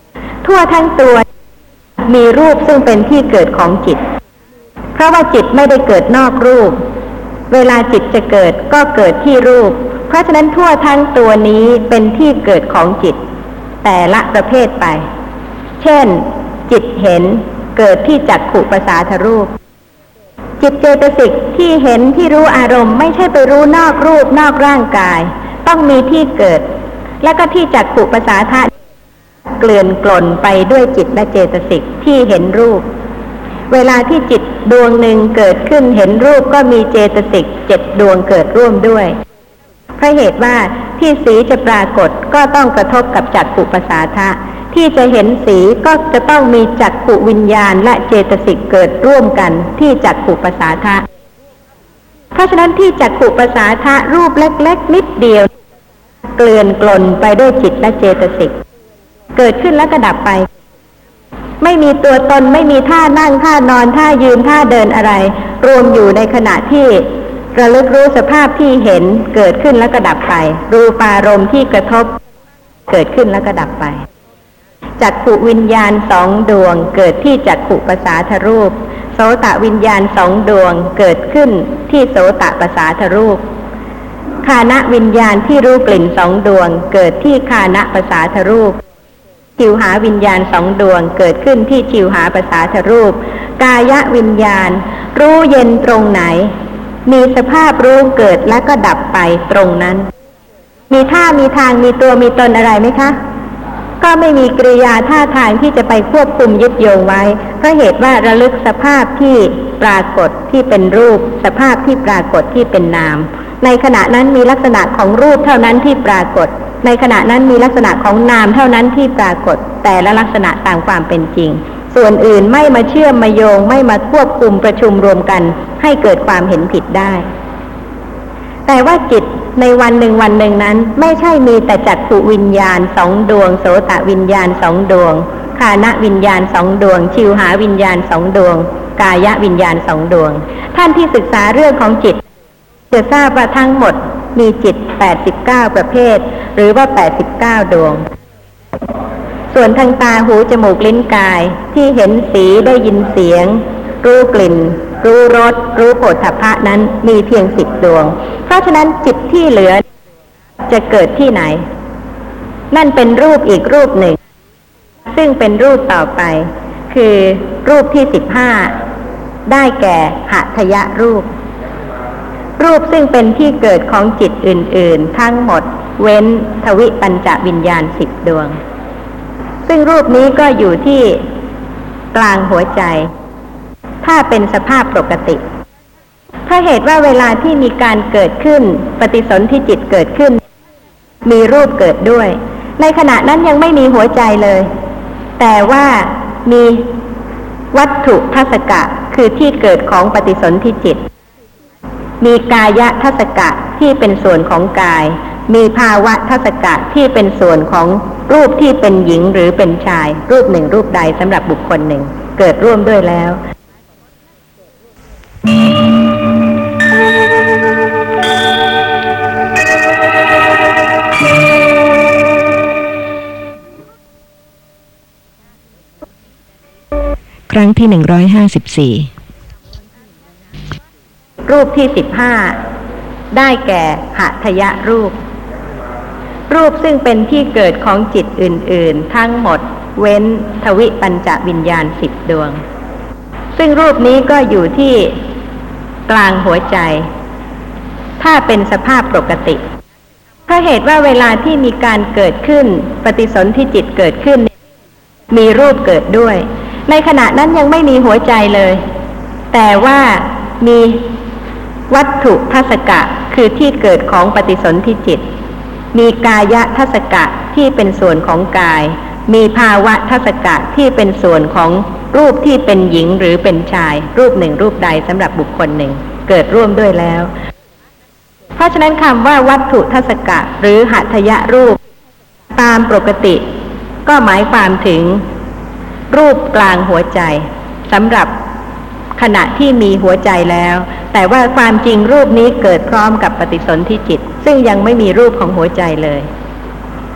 ทั่วทั้งตัวมีรูปซึ่งเป็นที่เกิดของจิตเพราะว่าจิตไม่ได้เกิดนอกรูปเวลาจิตจะเกิดก็เกิดที่รูปเพราะฉะนั้นทั่วทั้งตัวนี้เป็นที่เกิดของจิตแต่ละประเภทไปเช่นจิตเห็นเกิดที่จักขุประสาทรูปจิตเจตสิกที่เห็นที่รู้อารมณ์ไม่ใช่ไปรู้นอกรูปนอกร่างกายต้องมีที่เกิดแล้วก็ที่จักขุประสาทะเกลื่อนกล่นไปด้วยจิตและเจตสิกที่เห็นรูปเวลาที่จิตดวงหนึ่งเกิดขึ้นเห็นรูปก็มีเจตสิกเจ็ดดวงเกิดร่วมด้วยเพราะเหตุว่าที่สีจะปรากฏก็ต้องกระทบกับจักขุประสาทะที่จะเห็นสีก็จะต้องมีจักขุวิญญาณและเจตสิกเกิดร่วมกันที่จักขุประสาทะเพราะฉะนั้นที่จักขุประสาทะรูปเล็กๆนิดเดียวเกลื่อนกล่นไปด้วยจิตและเจตสิกเกิดขึ้นแล้วก็ดับไปไม่มีตัวตนไม่มีท่านั่งท่านอนท่ายืนท่าเดินอะไรรวมอยู่ในขณะที่ระลึกรู้สภาพที่เห็นเกิดขึ้นแล้วก็ดับไปรูปารมณ์ที่กระทบเกิดขึ้นแล้วก็ดับไปจักขุวิญญาณสองดวงเกิดที่จักขุประสาทรูปโสตวิญญาณสองดวงเกิดขึ้นที่โสตประสาทรูปฆานะวิญญาณที่รู้กลิ่นสองดวงเกิดที่ฆานะประสาทรูปชิวหาวิญญาณสองดวงเกิดขึ้นที่ชิวหาประสาทรูปกายวิญญาณรู้เย็นตรงไหนมีสภาพรู้เกิดแล้วก็ดับไปตรงนั้นมีท่ามีทางมีตัวมีตนอะไรไหมคะก็ไม่มีกริยาท่าทางที่จะไปควบคุมยึดโยงไว้เพราะเหตุว่าระลึกสภาพที่ปรากฏที่เป็นรูปสภาพที่ปรากฏที่เป็นนามในขณะนั้นมีลักษณะของรูปเท่านั้นที่ปรากฏในขณะนั้นมีลักษณะของนามเท่านั้นที่ปรากฏแต่ละลักษณะตามความเป็นจริงส่วนอื่นไม่มาเชื่อมมาโยงไม่มาควบคุมประชุมรวมกันให้เกิดความเห็นผิดได้แต่ว่าจิตในวันหนึ่งวันหนึ่งนั้นไม่ใช่มีแต่จักขุวิญญาณสองดวงโสตวิญญาณสองดวงฆานะวิญญาณสองดวงชิวหาวิญญาณสองดวงกายวิญญาณสองดวงท่านที่ศึกษาเรื่องของจิตจะทราบว่าทั้งหมดมีจิตแปดสิบเก้าประเภทหรือว่าแปดสิบเก้าดวงส่วนทางตาหูจมูกลิ้นกายที่เห็นสีได้ยินเสียงรู้กลิ่นรู้รสรู้โผฏฐัพพะนั้นมีเพียงสิบดวงเพราะฉะนั้นจิตที่เหลือจะเกิดที่ไหนนั่นเป็นรูปอีกรูปหนึ่งซึ่งเป็นรูปต่อไปคือรูปที่สิบห้าได้แก่หัตถยรูปรูปซึ่งเป็นที่เกิดของจิตอื่นๆทั้งหมดเว้นทวิปัญจวิญญาณสิบดวงซึ่งรูปนี้ก็อยู่ที่กลางหัวใจถ้าเป็นสภาพปกติเพราะเหตุว่าเวลาที่มีการเกิดขึ้นปฏิสนธิจิตเกิดขึ้นมีรูปเกิดด้วยในขณะนั้นยังไม่มีหัวใจเลยแต่ว่ามีวัตถุทัศกะคือที่เกิดของปฏิสนธิจิตมีกายทัศกะที่เป็นส่วนของกายมีภาวะทัศกะที่เป็นส่วนของรูปที่เป็นหญิงหรือเป็นชายรูปหนึ่งรูปใดสำหรับบุคคลหนึ่งเกิดร่วมด้วยแล้วครั้งที่หนึ่งร้อยห้าสิบสี่รูปที่สิบห้าได้แก่หัตถยรูปรูปซึ่งเป็นที่เกิดของจิตอื่นๆทั้งหมดเว้นทวิปัญจวิญญาณสิบดวงซึ่งรูปนี้ก็อยู่ที่กลางหัวใจถ้าเป็นสภาพปกติเพราะเหตุว่าเวลาที่มีการเกิดขึ้นปฏิสนธิจิตเกิดขึ้นมีรูปเกิดด้วยในขณะนั้นยังไม่มีหัวใจเลยแต่ว่ามีวัตถุทัศกะคือที่เกิดของปฏิสนธิจิตมีกายทัศกะที่เป็นส่วนของกายมีภาวะทัศกะที่เป็นส่วนของรูปที่เป็นหญิงหรือเป็นชายรูปหนึ่งรูปใดสำหรับบุคคลหนึ่งเกิดร่วมด้วยแล้วเพราะฉะนั้นคำว่าวัตถุทัศกะหรือหัตถยรูปตามปกติก็หมายความถึงรูปกลางหัวใจสำหรับขณะที่มีหัวใจแล้วแต่ว่าความจริงรูปนี้เกิดพร้อมกับปฏิสนธิจิตซึ่งยังไม่มีรูปของหัวใจเลย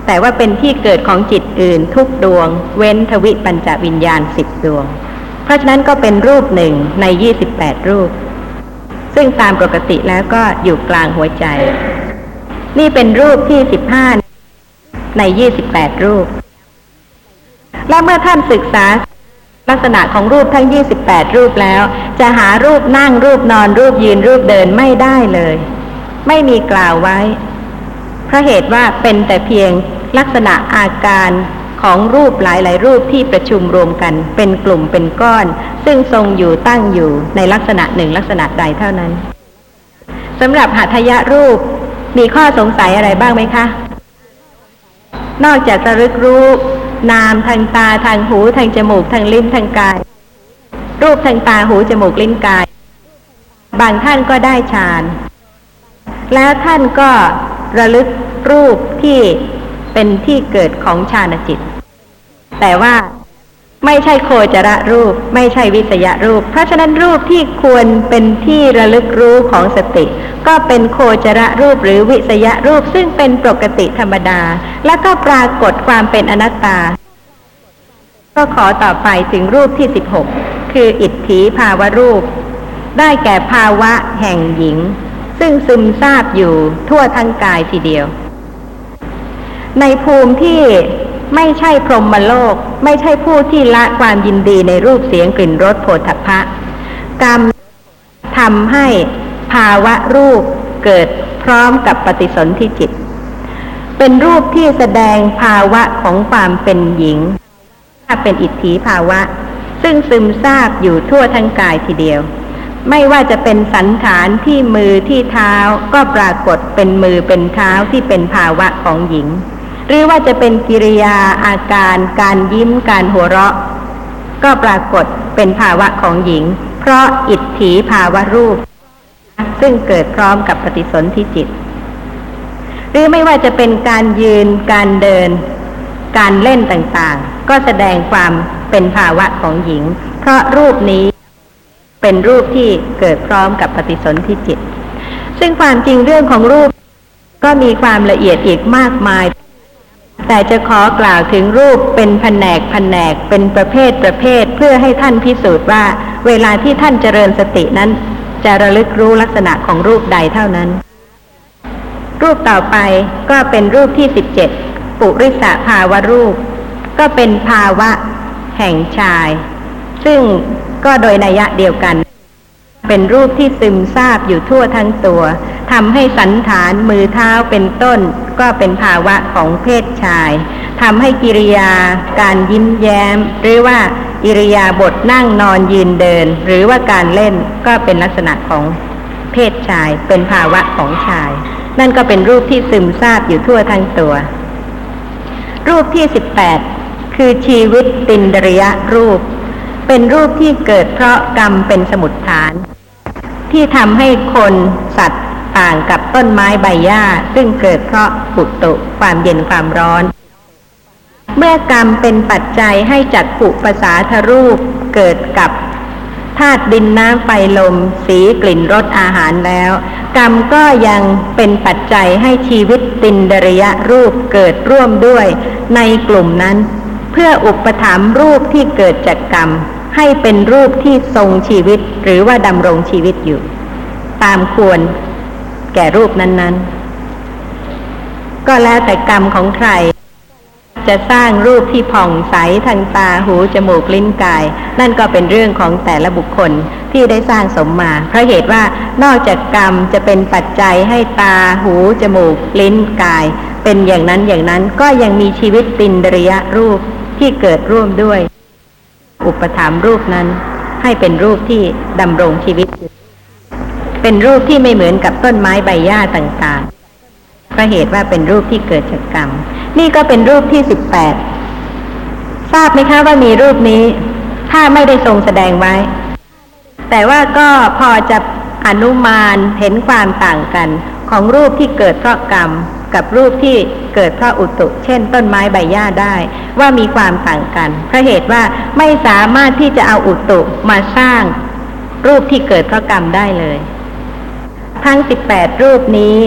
แต่ว่าเป็นที่เกิดของจิตอื่นทุกดวงเว้นทวิปัญจวิญญาณสิบดวงเพราะฉะนั้นก็เป็นรูปหนึ่งในยี่สิบแปดรูปซึ่งตามปกติแล้วก็อยู่กลางหัวใจนี่เป็นรูปที่สิบห้าในยี่สิบแปดรูปและเมื่อท่านศึกษาลักษณะของรูปทั้งยี่สิบแปดรูปแล้วจะหารูปนั่งรูปนอนรูปยืนรูปเดินไม่ได้เลยไม่มีกล่าวไว้เพราะเหตุว่าเป็นแต่เพียงลักษณะอาการของรูปหลายๆรูปที่ประชุมรวมกันเป็นกลุ่มเป็นก้อนซึ่งทรงอยู่ตั้งอยู่ในลักษณะหนึ่งลักษณะใดเท่านั้นสำหรับหัตถยรูปมีข้อสงสัยอะไรบ้างไหมคะนอกจากระลึกรู้นามทางตาทางหูทางจมูกทางลิ้นทางกายรูปทางตาหูจมูกลิ้นกายบางท่านก็ได้ฌานแล้วท่านก็ระลึกรูปที่เป็นที่เกิดของฌานจิตแต่ว่าไม่ใช่โคจรรูปไม่ใช่วิสยรูปเพราะฉะนั้นรูปที่ควรเป็นที่ระลึกรู้ของสติก็เป็นโคจรรูปหรือวิสยรูปซึ่งเป็นปกติธรรมดาและก็ปรากฏความเป็นอนัตตาก็ขอต่อไปถึงรูปที่สิบหกคืออิทธิภาวรูปได้แก่ภาวะแห่งหญิงซึ่งซึมซาบอยู่ทั่วทั้งกายทีเดียวในภูมิที่ไม่ใช่พรหมโลกไม่ใช่ผู้ที่ละความยินดีในรูปเสียงกลิ่นรสโผฏฐัพพะกรรมทำให้ภาวะรูปเกิดพร้อมกับปฏิสนธิจิตเป็นรูปที่แสดงภาวะของความเป็นหญิงถ้าเป็นอิทธิภาวะซึ่งซึมซาบอยู่ทั่วทั้งกายทีเดียวไม่ว่าจะเป็นสันฐานที่มือที่เท้าก็ปรากฏเป็นมือเป็นเท้าที่เป็นภาวะของหญิงหรือว่าจะเป็นกิริยาอาการการยิ้มการหัวเราะก็ปรากฏเป็นภาวะของหญิงเพราะอิทธิภาวะรูปซึ่งเกิดพร้อมกับปฏิสนธิจิตหรือไม่ว่าจะเป็นการยืนการเดินการเล่นต่างๆก็แสดงความเป็นภาวะของหญิงเพราะรูปนี้เป็นรูปที่เกิดพร้อมกับปฏิสนธิจิตซึ่งความจริงเรื่องของรูปก็มีความละเอียดอีกมากมายแต่จะขอกล่าวถึงรูปเป็นแผนกแผนกเป็นประเภทประเภทเพื่อให้ท่านพิสูจน์ว่าเวลาที่ท่านเจริญสตินั้นจะระลึกรู้ลักษณะของรูปใดเท่านั้นรูปต่อไปก็เป็นรูปที่สิบเจ็ดปุริสภาวรูปก็เป็นภาวะแห่งชายซึ่งก็โดยนัยยะเดียวกันเป็นรูปที่ซึมซาบอยู่ทั่วทั้งตัวทำให้สันฐานมือเท้าเป็นต้นก็เป็นภาวะของเพศชายทำให้กิริยาการยิ้มแย้มหรือว่าอิริยาบถนั่งนอนยืนเดินหรือว่าการเล่นก็เป็นลักษณะของเพศชายเป็นภาวะของชายนั่นก็เป็นรูปที่ซึมซาบอยู่ทั่วทั้งตัวรูปที่สิบแปดคือชีวิตตินดริยรูปเป็นรูปที่เกิดเพราะกรรมเป็นสมุฏฐานที่ทำให้คนสัตว์ต่างกับต้นไม้ใบหญ้าซึ่งเกิดเพราะปุตุความเย็นความร้อนเมื่อกรรมเป็นปัจจัยให้จักขุประสาทรูปเกิดกับธาตุดินน้ำไฟลมสีกลิ่นรสอาหารแล้วกรรมก็ยังเป็นปัจจัยให้ชีวิตตินดริยรูปเกิดร่วมด้วยในกลุ่มนั้นเพื่ออุปถัมภ์รูปที่เกิดจากกรรมให้เป็นรูปที่ทรงชีวิตหรือว่าดำรงชีวิตอยู่ตามควรแก่รูปนั้นๆก็แล้วแต่กรรมของใครจะสร้างรูปที่ผ่องใสทางตาหูจมูกลิ้นกายนั่นก็เป็นเรื่องของแต่ละบุคคลที่ได้สร้างสมมาเพราะเหตุว่านอกจากกรรมจะเป็นปัจจัยให้ตาหูจมูกลิ้นกายเป็นอย่างนั้นอย่างนั้นก็ยังมีชีวิตตินดริยรูปที่เกิดร่วมด้วยอุปถัมภ์รูปนั้นให้เป็นรูปที่ดำรงชีวิตเป็นรูปที่ไม่เหมือนกับต้นไม้ใบหญ้าต่างๆเพราะเหตุว่าเป็นรูปที่เกิดจากกรรมนี่ก็เป็นรูปที่สิบแปดทราบไหมคะว่ามีรูปนี้ถ้าไม่ได้ทรงแสดงไว้แต่ว่าก็พอจะอนุมานเห็นความต่างกันของรูปที่เกิดเพราะกรรมกับรูปที่เกิดเพราะอุตุเช่นต้นไม้ใบหญ้าได้ว่ามีความต่างกันเพราะเหตุว่าไม่สามารถที่จะเอาอุตุมาสร้างรูปที่เกิดเพราะกรรมได้เลยทั้งสิบแปดรูปนี้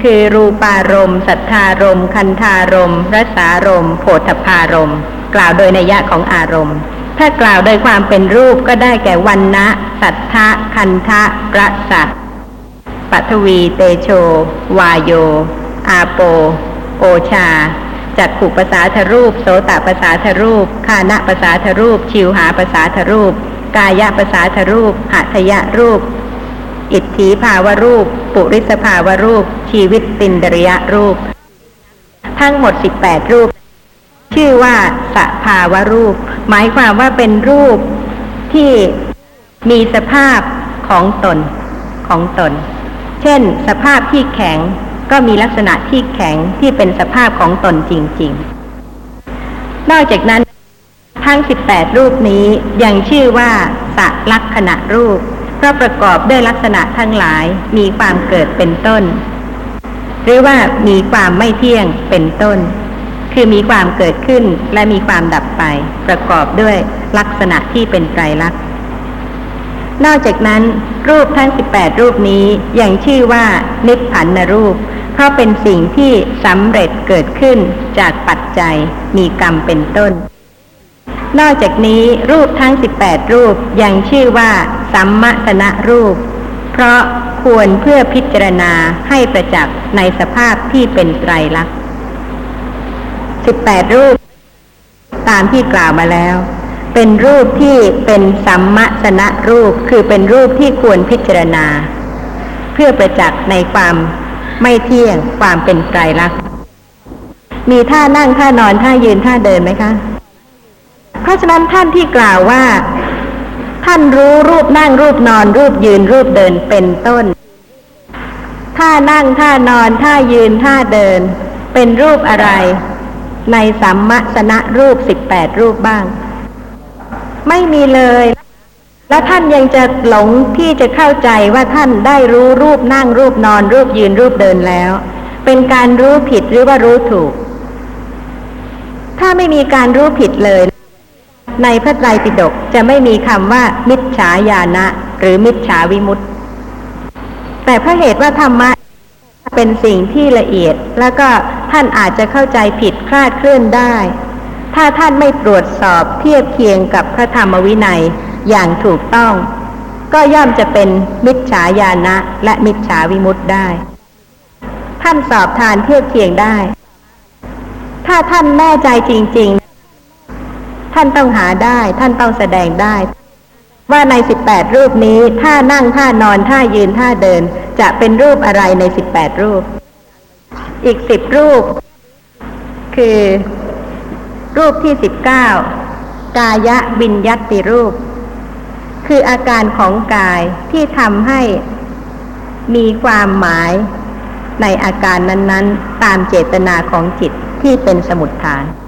คือรูปารมณ์สัทธารมณ์คันธารมณ์รสารมณ์โผฏฐัพพารมณ์กล่าวโดยนัยยะของอารมณ์ถ้ากล่าวโดยความเป็นรูปก็ได้แก่วันนะสัทธะคันธะรสะปัทวีเตโชวาโยอาโปโอชาจักขุปสาทรูปโสตปสาทรูปคานะปสาทรูปชิวหาปสาทรูปกายปสาทรูปหัตถยรูปอิทธิภาวรูปปุริสภาวรูปชีวิตตินดริยรูปทั้งหมดสิบแปดรูปชื่อว่าสภาวรูปหมายความว่าเป็นรูปที่มีสภาพของตนของตนเช่นสภาพที่แข็งก็มีลักษณะที่แข็งที่เป็นสภาพของตนจริงๆนอกจากนั้นทั้งสิบแปดรูปนี้ยังชื่อว่าสลักขณะรูปเพราะประกอบด้วยลักษณะทั้งหลายมีความเกิดเป็นต้นหรือว่ามีความไม่เที่ยงเป็นต้นคือมีความเกิดขึ้นและมีความดับไปประกอบด้วยลักษณะที่เป็นไตรลักษณ์นอกจากนั้นรูปทั้งสิบแปดรูปนี้ยังชื่อว่านิพพานรูปเพราะเป็นสิ่งที่สำเร็จเกิดขึ้นจากปัจจัยมีกรรมเป็นต้นนอกจากนี้รูปทั้งสิบแปดรูปยังชื่อว่าสัมมตนะรูปเพราะควรเพื่อพิจารณาให้ประจักษ์ในสภาพที่เป็นไตรลักษณ์สิบแปดรูปตามที่กล่าวมาแล้วเป็นรูปที่เป็นสัมมตนะรูปคือเป็นรูปที่ควรพิจารณาเพื่อประจักษ์ในความไม่เที่ยงความเป็นไตรลักษณ์มีท่านั่งท่านอนท่ายืนท่าเดินไหมคะเพราะฉะนั้นท่านที่กล่าวว่าท่านรู้รูปนั่งรูปนอนรูปยืนรูปเดินเป็นต้นท่านั่งท่านอนท่ายืนท่าเดินเป็นรูปอะไรในสัมมตนะรูปสิบแปดรูปบ้างไม่มีเลยและท่านยังจะหลงที่จะเข้าใจว่าท่านได้รู้รูปนั่งรูปนอนรูปยืนรูปเดินแล้วเป็นการรู้ผิดหรือว่ารู้ถูกถ้าไม่มีการรู้ผิดเลยในพระไตรปิฎกจะไม่มีคำว่ามิจฉาญาณะหรือมิจฉาวิมุตติแต่เพราะเหตุว่าธรรมะเป็นสิ่งที่ละเอียดแล้วก็ท่านอาจจะเข้าใจผิดคลาดเคลื่อนได้ถ้าท่านไม่ตรวจสอบเทียบเคียงกับพระธรรมวินัยอย่างถูกต้องก็ย่อมจะเป็นมิจฉาญาณะและมิจฉาวิมุตติได้ท่านสอบทานเทียบเคียงได้ถ้าท่านแน่ใจจริงๆท่านต้องหาได้ท่านต้องแสดงได้ว่าในสิบแปดรูปนี้ท่านั่งท่านอนท่ายืนท่าเดินจะเป็นรูปอะไรในสิบแปดรูปอีกสิบรูปคือรูปที่สิบเก้ากายวิญญัตติรูปคืออาการของกายที่ทำให้มีความหมายในอาการนั้นๆตามเจตนาของจิตที่เป็นสมุฏฐาน